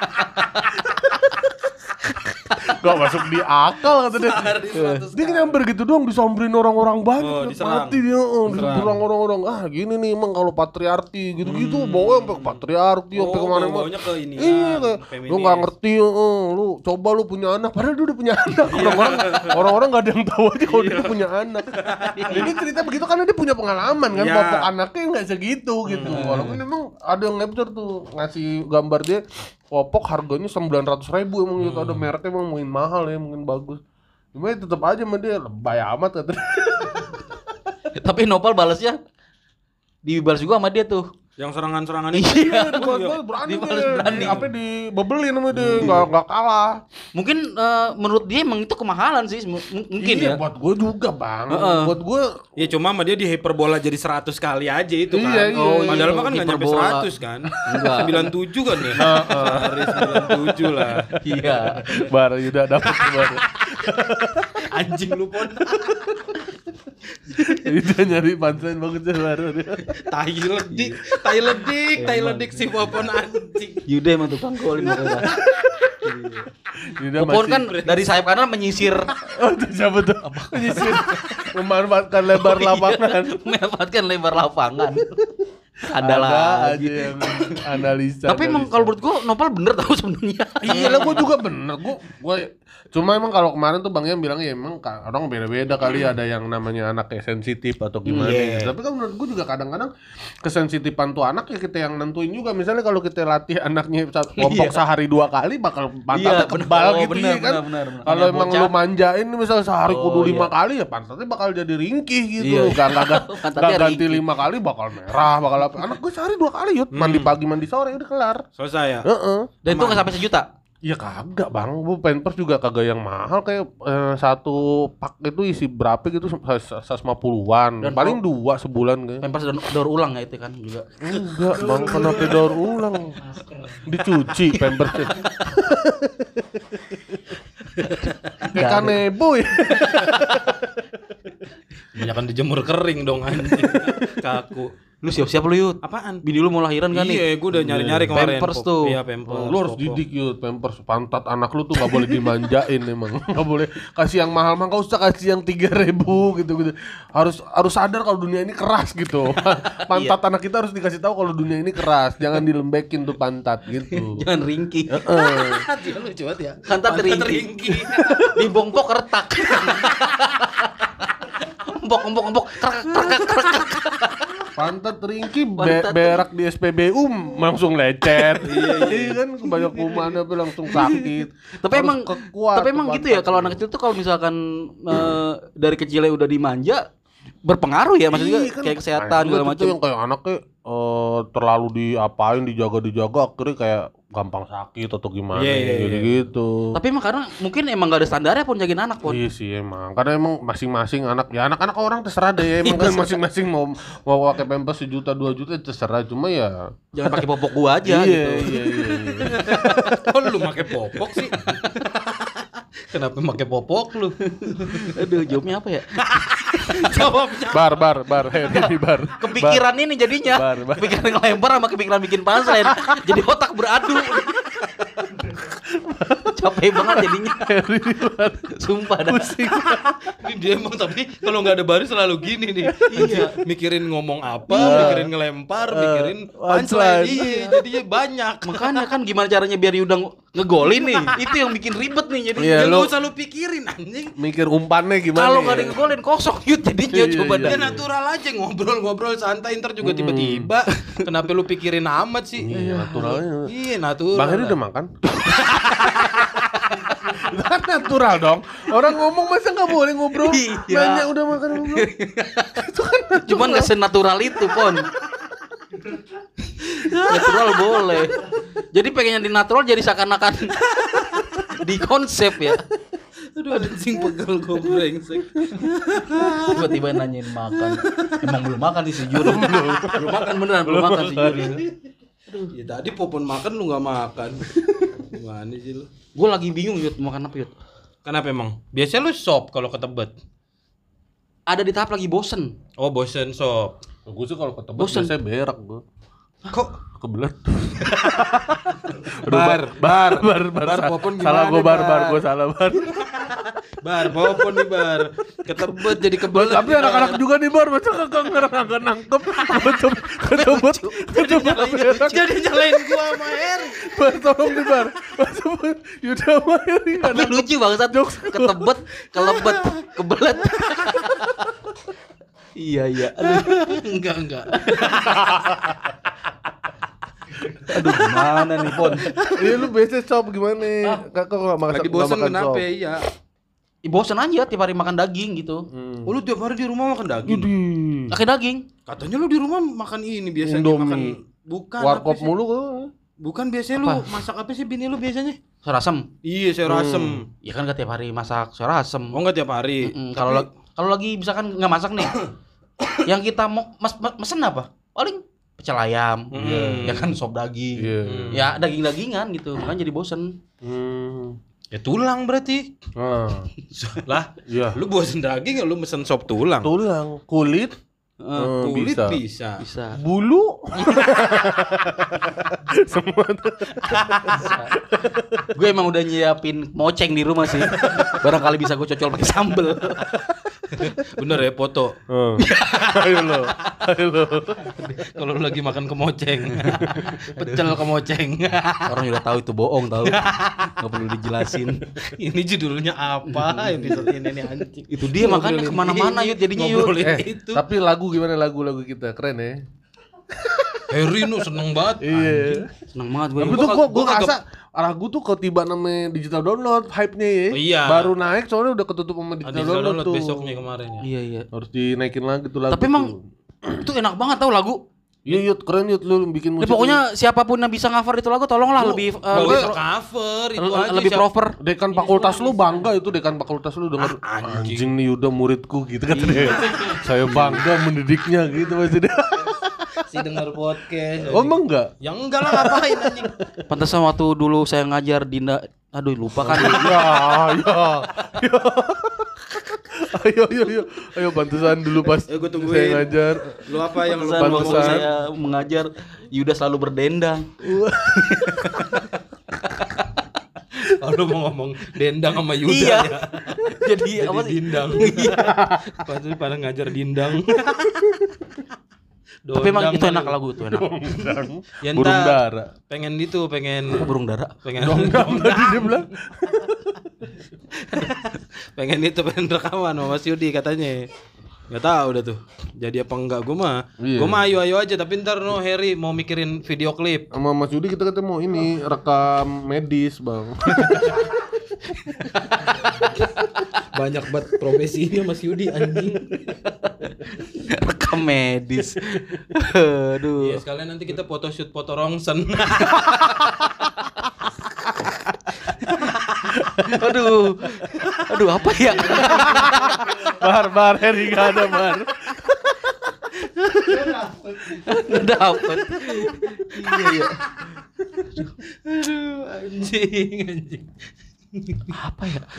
Gak masuk di akal kata dia. Dia nyamber gitu doang disamberin orang-orang banyak. Oh, Dia diserang. mati dia, oh, diserang orang-orang. Ah gini nih emang kalau patriarki gitu-gitu bawa sampai ke patriarki Oh, sampai kemana-mana. bawanya ke ini. Iya, kayak, lu nggak ngerti, oh, lu coba lu punya anak, padahal dia udah punya anak. Orang-orang, orang-orang nggak ada yang tahu aja kalau dia punya anak. Jadi cerita begitu karena dia punya pengalaman kan, Iya. popok anaknya nggak segitu gitu. Walaupun memang ada yang nge-capture tuh ngasih gambar dia, popok harganya sembilan ratus ribu emang gitu, ada mereknya emang mungkin mahal ya, mungkin bagus. Cuma ya tetap aja sama dia lebay amat kata dia. Tapi Nopal balasnya dibalas juga sama dia tuh. Yang serangan-serangan itu. Iya, dibalas berani Dibalas dia. berani. Apa dibebelin sama dia, nggak nggak kalah. Mungkin eh, menurut dia emang itu kemahalan sih, m- m- mungkin Iya, ya. buat gue juga bang. Heeh. Buat gue Ya cuma sama dia di hiperbola jadi seratus kali aja itu kan. Iya, iya, Oh, iya. padahal mah kan nggak nyampe Hiperbola. seratus kan. Enggak. sembilan puluh tujuh kan ya. Sehari sembilan puluh tujuh lah. Iya. baru udah dapet baru. Anjing lu pon. Dia nyari punchline bagus baru dia. Tai ledik, tai ledik, tai ledik si Popon anjing. Yuda emang tukang golin makanya. Dia Popon masih- kan dari sayap kanan menyisir Oh, itu siapa tuh? Menyisir. Memanfaatkan lebar lapangan. memanfaatkan lebar lapangan. Ada Ada lagi. aja yang analisa. Tapi emang analisa. kalau menurut gua Nopal bener tau sebenarnya. Iya lah, gue juga bener. Gue, gue cuma emang kalau kemarin tuh Bang Ian bilang ya emang ka- orang beda-beda kali, ada yang namanya anaknya sensitif atau gimana. Iya. gitu. Tapi kan menurut gue juga kadang-kadang kesensitifan tuh anak ya kita yang nentuin juga. Misalnya kalau kita latih anaknya sa- kelompok sehari dua kali bakal pantatnya Iya, kebal bener. gitu Oh, ya bener, kan. bener, bener, bener. Kalau Kayak emang bocah. lu manjain misalnya sehari Oh, kudu lima iya. kali ya pantatnya bakal jadi ringkih gitu. Iya, iya. Gak, gak, gak, Pantatnya gak ganti ringkih. lima kali bakal merah, bakal apa. Anak gue sehari dua kali yut, mandi pagi mandi sore udah kelar. Selesai ya. Heeh. Dan itu nggak sampai sejuta. Ya kagak bang, bu Pampers juga kagak yang mahal kayak eh, satu pak itu isi berapa gitu seratus lima puluhan, Dan paling dua sebulan kayak. Pampers daur, daur ulang ya itu kan juga. Enggak bang, kenapa daur ulang, dicuci Pampersnya. Kayak kanebo ya. Banyakan dijemur kering dong anjing. Kaku. Lu siap-siap lu Yud. Apaan? Bini lu mau lahiran kan nih? Iya, gue udah nyari-nyari kemarin. Pampers Pop- tuh. Iya, Pampers. Lu harus Popok. didik yuk Pampers, pantat anak lu tuh nggak boleh dimanjain emang, nggak boleh kasih yang mahal, mah nggak usah kasih yang tiga ribu gitu gitu. Harus harus sadar kalau dunia ini keras gitu. Pantat anak kita harus dikasih tahu kalau dunia ini keras, jangan dilembekin tuh pantat gitu. Jangan ringkih. Heeh. Dia lucu banget ya. Pantat ringkih. ringkih. Di bongkok retak. Empok empok empok kerak kerak kerak. Pantat ringkih, be- Pantat berak di S P B U langsung lecet. Iya kan, kebanyak kuman apa langsung sakit. Tapi Harus emang kekuat tapi tuh emang gitu pantat. ya kalau anak kecil tuh kalau misalkan eh, dari kecilnya udah dimanja berpengaruh ya maksudnya Iya, kan. kayak kesehatan Nah, segala itu macam. yang kayak anaknya eh, terlalu diapain, dijaga-dijaga akhirnya kayak gampang sakit atau gimana Iya, iya, gitu iya. gitu. Tapi emang karena mungkin emang gak ada standarnya pun jagain anak pun. Iya sih emang, karena emang masing-masing anak ya anak-anak orang terserah deh, emang kan masing-masing mau mau pakai Pampers sejuta dua juta terserah, cuma ya Jangan pakai popok gua aja iya, gitu. iya iya iya. Kok lu pakai popok sih? Kenapa pakai popok lu? Aduh, jawabnya apa ya? Jawabnya. Bar bar bar, hei ini bar. Kepikiran ini jadinya. Bar, bar. Kepikiran ngelempar sama kepikiran bikin punchline. Jadi otak beradu. Capek banget jadinya. Sumpah dah. Ini dia emang tapi kalau nggak ada baris selalu gini nih. Iya. Mikirin ngomong apa, mikirin ngelempar, mikirin punchline. punchline. Iya, jadinya banyak. Makanya kan gimana caranya biar Yuda ngegolin nih. Itu yang bikin ribet nih jadi. Iya, Ya lu- nggak usah lu pikirin anjing. Mikir umpannya gimana? Kalau ya? nggak ada yang ngegolin kosong Yud jadinya Iya, coba iya, dah. Ya natural aja ngobrol-ngobrol santai ntar juga tiba-tiba. Kenapa lu pikirin amat sih? Iya, naturalnya. Iya, natural. Bang Heri udah makan? Kan natural dong. Orang ngomong masa nggak boleh ngobrol? Iya. Nanya udah makan belum? Itu kan natural. Cuman nggak senatural itu pon. Natural boleh. Jadi pengennya di natural jadi seakan-akan di konsep ya. Aduh, anjing pegel gue brengsek. Tiba-tiba nanyain makan. Emang belum makan nih sejujurnya. Belum makan beneran, belum makan sejujurnya. Ya tadi Popon makan lu nggak makan. Gimana sih lu? Gue lagi bingung Yud mau makan apa Yud. Kenapa emang? Biasanya lu sop kalau ke Tebet. Ada di tahap lagi bosen. Oh, bosen sop. Gue sih kalau ke Tebet Bosen. biasanya berak gue. Kok Kebelet. bar, bar, bar, bar. Bar, Sa- Popon salah gimana, gue bar, bar, Bar? gue salah bar. bar Popon nih bar. Ke Tebet jadi kebelet. Tapi anak-anak juga nih bar, masa kagak nggak nangkep. Ketebet, ketebet, ketebet berak. Jadi nyalain gua sama Eri. Bar, tolong nih bar. Masa Yuda sama Heri nggak Tapi lucu banget ketebet, kelebet, kebelet. Iya iya. Aduh, Enggak, enggak. aduh gimana nih Pon? Iya lu biasa sop gimana? Kakak kok nggak makan? Lagi nggak bosen makan kenapa? sop? Iya. Ih, bosen aja tiap hari makan daging gitu. Hmm. Oh, lu tiap hari di rumah makan daging. Idih. Pakai daging. Katanya lu di rumah makan ini biasanya Indomie. makan bukan Warkop apa sih? mulu kok. Bukan biasanya lu masak apa sih bini lu biasanya? Sayur asem. Iya, sayur asem. Ya kan gak tiap hari masak sayur asem. Oh, enggak tiap hari. Mm-mm, Tapi- Kalau lag- kalau lagi misalkan nggak masak nih, yang kita mau mas, mas- mesen apa? Paling pecel ayam, Hmm. ya kan sop daging, Iya. ya daging-dagingan gitu, kan jadi bosen. Hmm. Ya tulang berarti. Ah. Lah, Iya. lu bosen daging ya lu mesen sop tulang. Tulang, kulit, Eh, eh, Kulit bisa. bisa. bisa. Bulu. Semua tuh. Gue emang udah nyiapin moceng di rumah sih. Barangkali bisa gue cocol pakai sambel. Bener ya foto. Oh. Ayo lo, ayo lo. Kalau lu lagi makan kemoceng. Pecel kemoceng. Orang udah tahu itu bohong tahu. Gak perlu dijelasin. Ini judulnya apa episode ini nih anjing. Itu dia makanya Ngobrolin kemana-mana ini, yuk jadinya yuk. ngobrolin Eh, itu. tapi lagu gimana lagu-lagu kita keren ya? Harry nu seneng banget. Iya. Seneng banget gue. Tapi tuh gua gua ngerasa lagu tuh ketiba namanya digital download hype-nya ya. Oh, iya. Baru naik soalnya udah ketutup sama Ada digital download, download tuh. besoknya kemarin ya. Iya iya. Harus dinaikin lagi tuh lagu. Tapi emang tuh. itu enak banget tau lagu. Iya, Yud, keren Yud lu bikin Ya, musik. pokoknya siapapun yang bisa cover itu lagu tolonglah Lu, lebih eh, Gak lebih, usah cover itu le- aja. lebih siap- proper. dekan fakultas lu bangga itu dekan fakultas lu denger Ah, anjing. anjing nih Yuda muridku gitu kan dia. Saya bangga mendidiknya gitu pasti dia. Si denger podcast. Oh emang enggak? Ya enggak lah ngapain anjing. Pantesan waktu dulu saya ngajar Dinda, aduh lupa kan. Ya, ya. Ya. Ayo, ayo, ayo. Ayo bantuan dulu pas Ayo, gua tungguin. saya ngajar. Lu apa yang lu Pantesan waktu pantesan. saya mengajar Yuda selalu berdendang. Oh, lu mau ngomong dendang sama Yuda Iya. ya. Jadi Jadi apa sih? dindang. Pasti pada ngajar dindang. Tapi emang Dondang itu enak kali. lagu itu enak. Ya, Burung ntar dara. Pengen itu, pengen Apa burung dara? pengen Tadi dia bilang. pengen itu pengen rekaman sama Mas Yudi katanya. Gak tahu udah tuh. Jadi apa enggak gue mah. Iya. Gue mah ayo-ayo aja tapi ntar no Harry mau mikirin video klip. Sama Mas Yudi kita ketemu ini rekam medis, Bang. Banyak banget profesinya Mas Yudi anjing. Rekam medis. Aduh. Iya, sekalian nanti kita foto shoot foto rongsen. Aduh. Aduh apa ya? Bar, bar, Heri gak ada, bar. Nggak dapet. Iya iya. Aduh, anjing, anjing. Apa ya?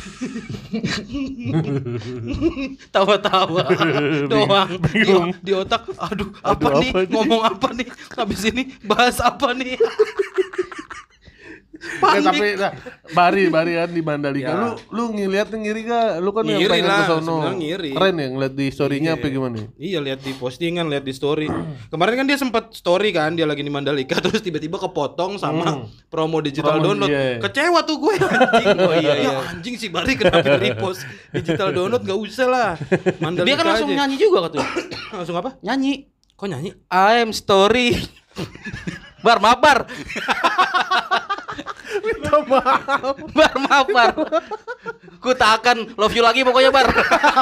Tawa-tawa doang di, di otak. Aduh, apa Aduh, nih? apa nih? Ngomong apa nih? Habis ini bahas apa nih? Eh, tapi nah, Bari, Bari kan di Mandalika. Ya. Lu lu ngeliat ngiri gak? Lu kan yang Ngiri pengen lah, ke sono. sebenarnya ngiri. Keren ya ngeliat di story-nya Iya. apa gimana? Iya, lihat di postingan, lihat di story. Kemarin kan dia sempat story kan, dia lagi di Mandalika terus tiba-tiba kepotong sama promo digital Promo, download. iya. Kecewa tuh gue anjing. Oh iya, iya. Anjing si Bari kenapa repost digital download enggak usah lah. Mandalika Dia kan langsung aja. nyanyi juga katanya. Langsung apa? Nyanyi. Kok nyanyi? I'm story. Bar mabar. Minta maaf. Bar maaf bar. Ku tak akan love you lagi pokoknya bar.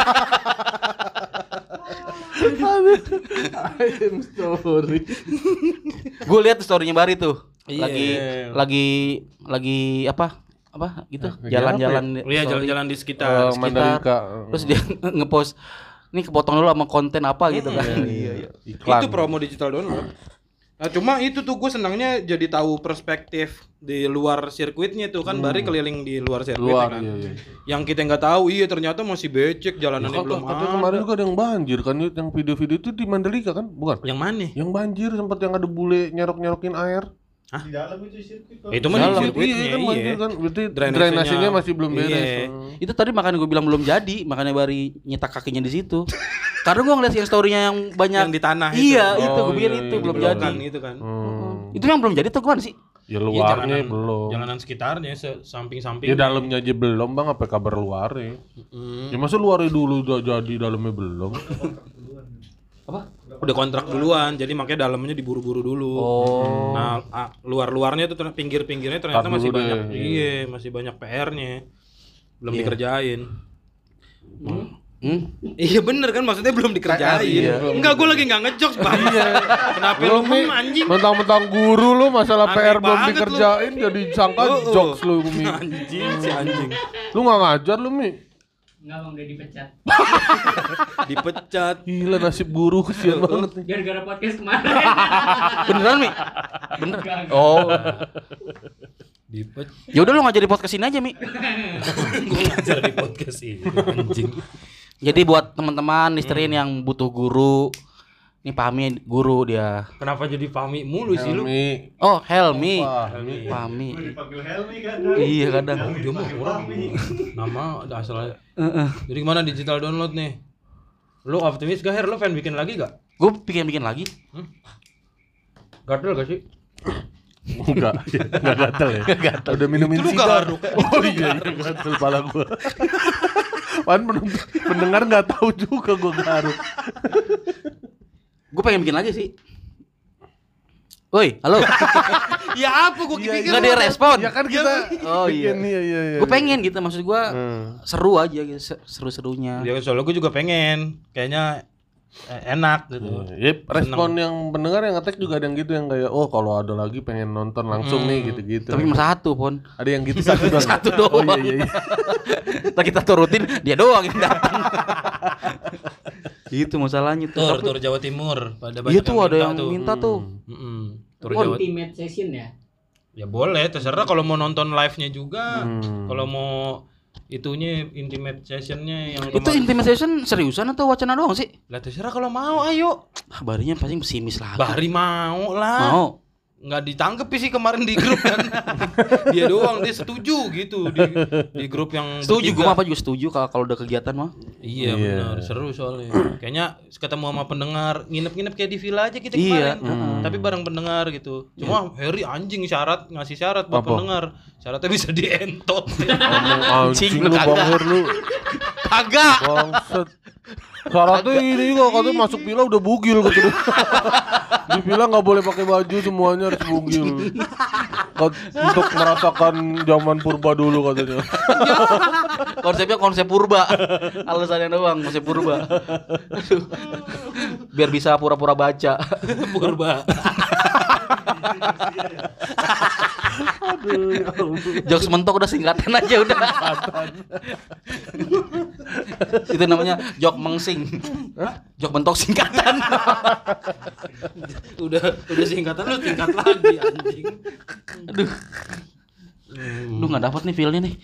I'm sorry. Gue lihat storynya Bari tuh. Iya. Lagi lagi lagi apa? Apa gitu? Lagi Jalan-jalan. Oh iya, story. jalan-jalan di sekitar. Oh, sekitar. Mandalika. Terus dia ngepost ini kepotong dulu sama konten apa gitu kan. Iya iya. Iklan. Itu promo digital download. Nah, cuma itu tuh gue senangnya jadi tahu perspektif di luar sirkuitnya tuh kan Bari keliling di luar sirkuit Luar, kan. iya, iya. Yang kita nggak tahu, iya ternyata masih becek jalanannya Kata, belum kata ada. kemarin juga ada yang banjir kan Yud, yang video-video itu di Mandalika kan? Bukan? Yang mana? Yang banjir sempat yang ada bule nyerok-nyerokin air. Di dalam itu sirkuit kok. Itu mah di Dalam, sirkuitnya, iya kan iya. banjir kan. Berarti Drainasenya- drainasinya masih belum beres. Iya. Hmm. Itu tadi makanya gue bilang belum jadi, makanya Bari nyetak kakinya di situ. Karena gue ngeliat yang story-nya yang banyak Yang di tanah itu. Iya, Oh, itu gue pikir iya, itu iya, belum iya. jadi. Kan itu kan. Hmm. Itu yang belum jadi tuh gimana sih? Ya Iya, luarnya jalanan- belum. Jalanan sekitarnya se- samping-samping. Ya dalamnya aja belum bang, apa kabar luarnya? Hmm. Ya masa luarnya dulu udah jadi dalamnya belum? Apa? Udah kontrak duluan, jadi makanya dalamnya diburu-buru dulu. Oh. Nah, a- luar-luarnya tuh ternyata- pinggir-pinggirnya ternyata Tar masih dulu banyak. deh, Iya, masih banyak P R-nya. Belum Iya. dikerjain. Hmm? Iya bener kan, maksudnya belum dikerjain. Iya. Enggak, gue lagi nggak ngejokes bang. Kenapa lu Mi, mem anjing? mentang-mentang guru lu masalah P Aneh R belum banget dikerjain jadi sangka Oh, oh. jokes lu Mi. Anjing si anjing. Lu nggak ngajar lu Mi. Enggak bang, udah dipecat. Dipecat. Gila nasib guru kesian banget nih. Gara-gara podcast kemarin. Beneran Mi? Bener. Enggak, enggak. Oh. Dipet. Ya udah lu ngajar di podcast ini aja, Mi. Gue ngajar di podcast ini anjing. Jadi buat teman-teman listerin yang butuh guru, ini Pami guru dia. Kenapa jadi Fami mulu sih lu? Helmi. Oh, Helmi. Helmi. Pami. Dipanggil Helmi kan. Iya kadang. Dia mah orang nama ada asalnya. Jadi gimana digital download nih? Lu optimis gak Her? Lu pengen bikin lagi gak? Gue bikin-bikin lagi. Gatel gak sih? Enggak, enggak gatel ya. Gatel. Udah minum Itu lu insigar. garuk. Oh iya, iya gatel pala gua. Pan pendengar enggak tahu juga gua garuk. Gue pengen bikin lagi sih. Woi, halo. Ya apa gua pikir Enggak dia respon. Ya kan kita Oh iya. bikin, iya iya iya. Gue pengen gitu, maksud gue Hmm. seru aja gitu, se- seru-serunya. Ya soalnya gue juga pengen. Kayaknya eh, enak gitu. Ya, respon yang pendengar yang ngetek juga ada yang gitu yang kayak oh kalau ada lagi pengen nonton langsung nih gitu-gitu. Tapi cuma satu pon. Ada yang gitu satu doang. Satu Oh doang. iya iya iya. Ntar kita turutin dia doang yang datang. Itu masalahnya tuh. Tur, Tapi- tur Jawa Timur. Pada banyak Iya tuh ada yang tuh. minta tuh. Mm-mm. Tur Oh, Jawa. ultimate session ya. Ya boleh, terserah kalau mau nonton live-nya juga. Hmm. Kalau mau itunya intimate session-nya yang Itu kemarin. intimidation seriusan atau wacana doang sih? Lah terserah kalau mau, ayo. Ah, Barinya pasti pesimis lah. Bahri mau lah. Mau. Nggak ditangkep sih kemarin di grup kan. Dia doang dia setuju gitu di di grup yang Setuju, gue bertiga. mah apa juga setuju kalau kalau udah kegiatan mah. Iya, Iya. benar, seru soalnya. Kayaknya ketemu sama pendengar, nginep-nginep kayak di villa aja kita Iya. kemarin. Hmm. Tapi bareng pendengar gitu. Cuma Harry anjing syarat, ngasih syarat buat Apa? pendengar. Syaratnya bisa dientot. Ngomong Anjing, anjing lu lu kagak. bangir lu. Kagak. Bangsat. Syaratnya ini juga katanya masuk villa udah bugil gitu. Di villa nggak boleh pakai baju semuanya harus bugil. Kat- Untuk merasakan zaman purba dulu katanya. Konsepnya konsep purba. Alasannya doang konsep purba. Aduh. Biar bisa pura-pura baca. Purba. Aduh, ya ampun. Jokes mentok udah singkatan aja udah. Itu namanya jok mengsing. Jok mentok singkatan. udah udah singkatan lu singkat lagi anjing. Aduh. Lu nggak dapat nih feel-nya nih.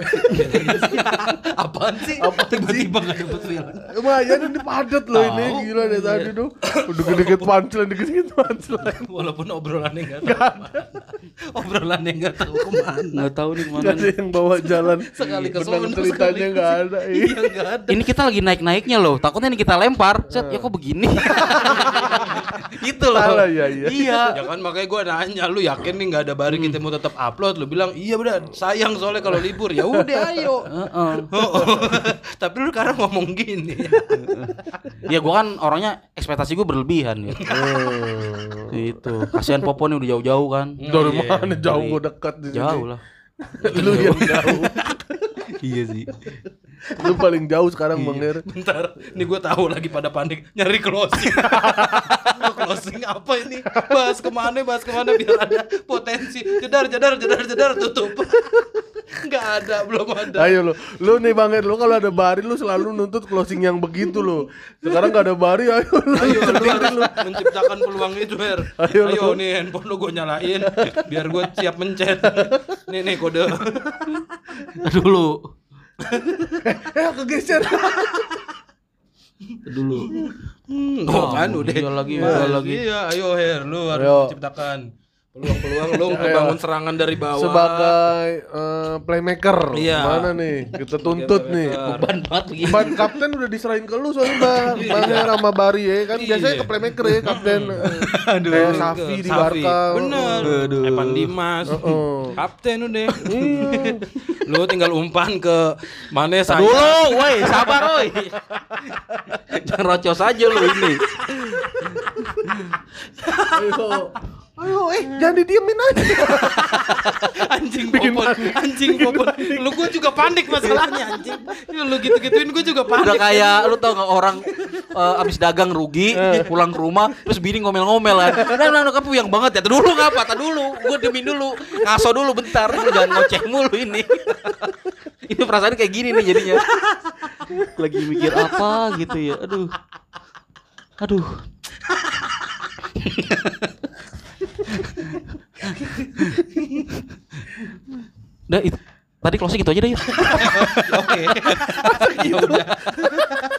Apaan sih? Apaan Tiba-tiba enggak dapet film. Lumayan ini padat loh ini gila deh tadi tuh. Udah dikit punchline dikit punchline. Walaupun obrolannya enggak tahu. Obrolannya enggak tahu kemana. Nggak tahu nih kemana. Gak ada yang bawa jalan. Sekali ke Benang sono, ceritanya sekali nggak ada. Iya. Iya enggak ada. Ini kita lagi naik-naiknya loh. Takutnya nih kita lempar. Set, ya kok begini. Gitu loh. Salah, iya, iya. Iya. Ya kan makanya gue nanya, lu yakin nih nggak ada Bari kita mau tetap upload? Lu bilang iya benar, sayang soalnya kalau libur. Ya udah ayo. Heeh. Tapi lu sekarang ngomong gini. Ya gua kan orangnya ekspektasi gua berlebihan ya. Oh. Itu. Kasihan Popo nih udah jauh-jauh kan. Dari Iya, mana jauh dari- gue dekat di sini. Jauh lah. Lu yang jauh. Iya sih. Lu paling jauh sekarang Bang Her. Bentar, ini gue tahu lagi pada panik nyari closing. Lu closing apa ini? Bahas kemana, bahas kemana biar ada potensi. Jedar, jedar, jedar, jedar, tutup. Nggak ada, belum ada. Ayo lu, lu nih Bang Her, lu kalau ada Bari lu selalu nuntut closing yang begitu lu. Sekarang gak ada Bari, ayo lu. Ayo lu harus menciptakan peluang itu Her. Ayo, Ayo, lu. nih handphone lu gue nyalain biar gue siap mencet. Nih nih kode. Dulu. Eh kegeser. Dulu. Hmm, oh, kan udah. Iya lagi, Mas, iya lagi. Iya, ayo Her, lu harus Ayo. menciptakan peluang-peluang lu ngebangun serangan dari bawah. Sebagai eh, playmaker. Iya. Mana nih? Kita tuntut nih. Beban banget begini. Ban kapten udah diserahin ke lu soalnya Bang. Bang Her sama Bari ya kan biasanya Iya. ke playmaker ya kapten. Aduh. Kayak Safi di Barca. Bener. Evan Dimas. Oh. Kapten udah. Lu tinggal umpan ke mana saya. Dulu, woi, sabar woi. Jangan rocos aja lu ini. Ayo. Ayo eh jangan didiemin aja. Anjing popon, anjing popon. Lu gua juga panik masalahnya anjing. Lu gitu-gituin gua juga panik. Udah kayak lu tau gak orang eh, abis dagang rugi pulang ke rumah terus bini ngomel-ngomel kan. Nah, nah, kamu yang banget ya. Tadi dulu ngapa? Tadi dulu. Gua demi dulu. Ngaso dulu bentar. Lu jangan ngoceh mulu ini. Ini perasaan kayak gini nih jadinya. Lagi mikir apa gitu ya. Aduh. Aduh. Udah itu. Tadi closing itu aja deh yuk. Oke. Ya udah.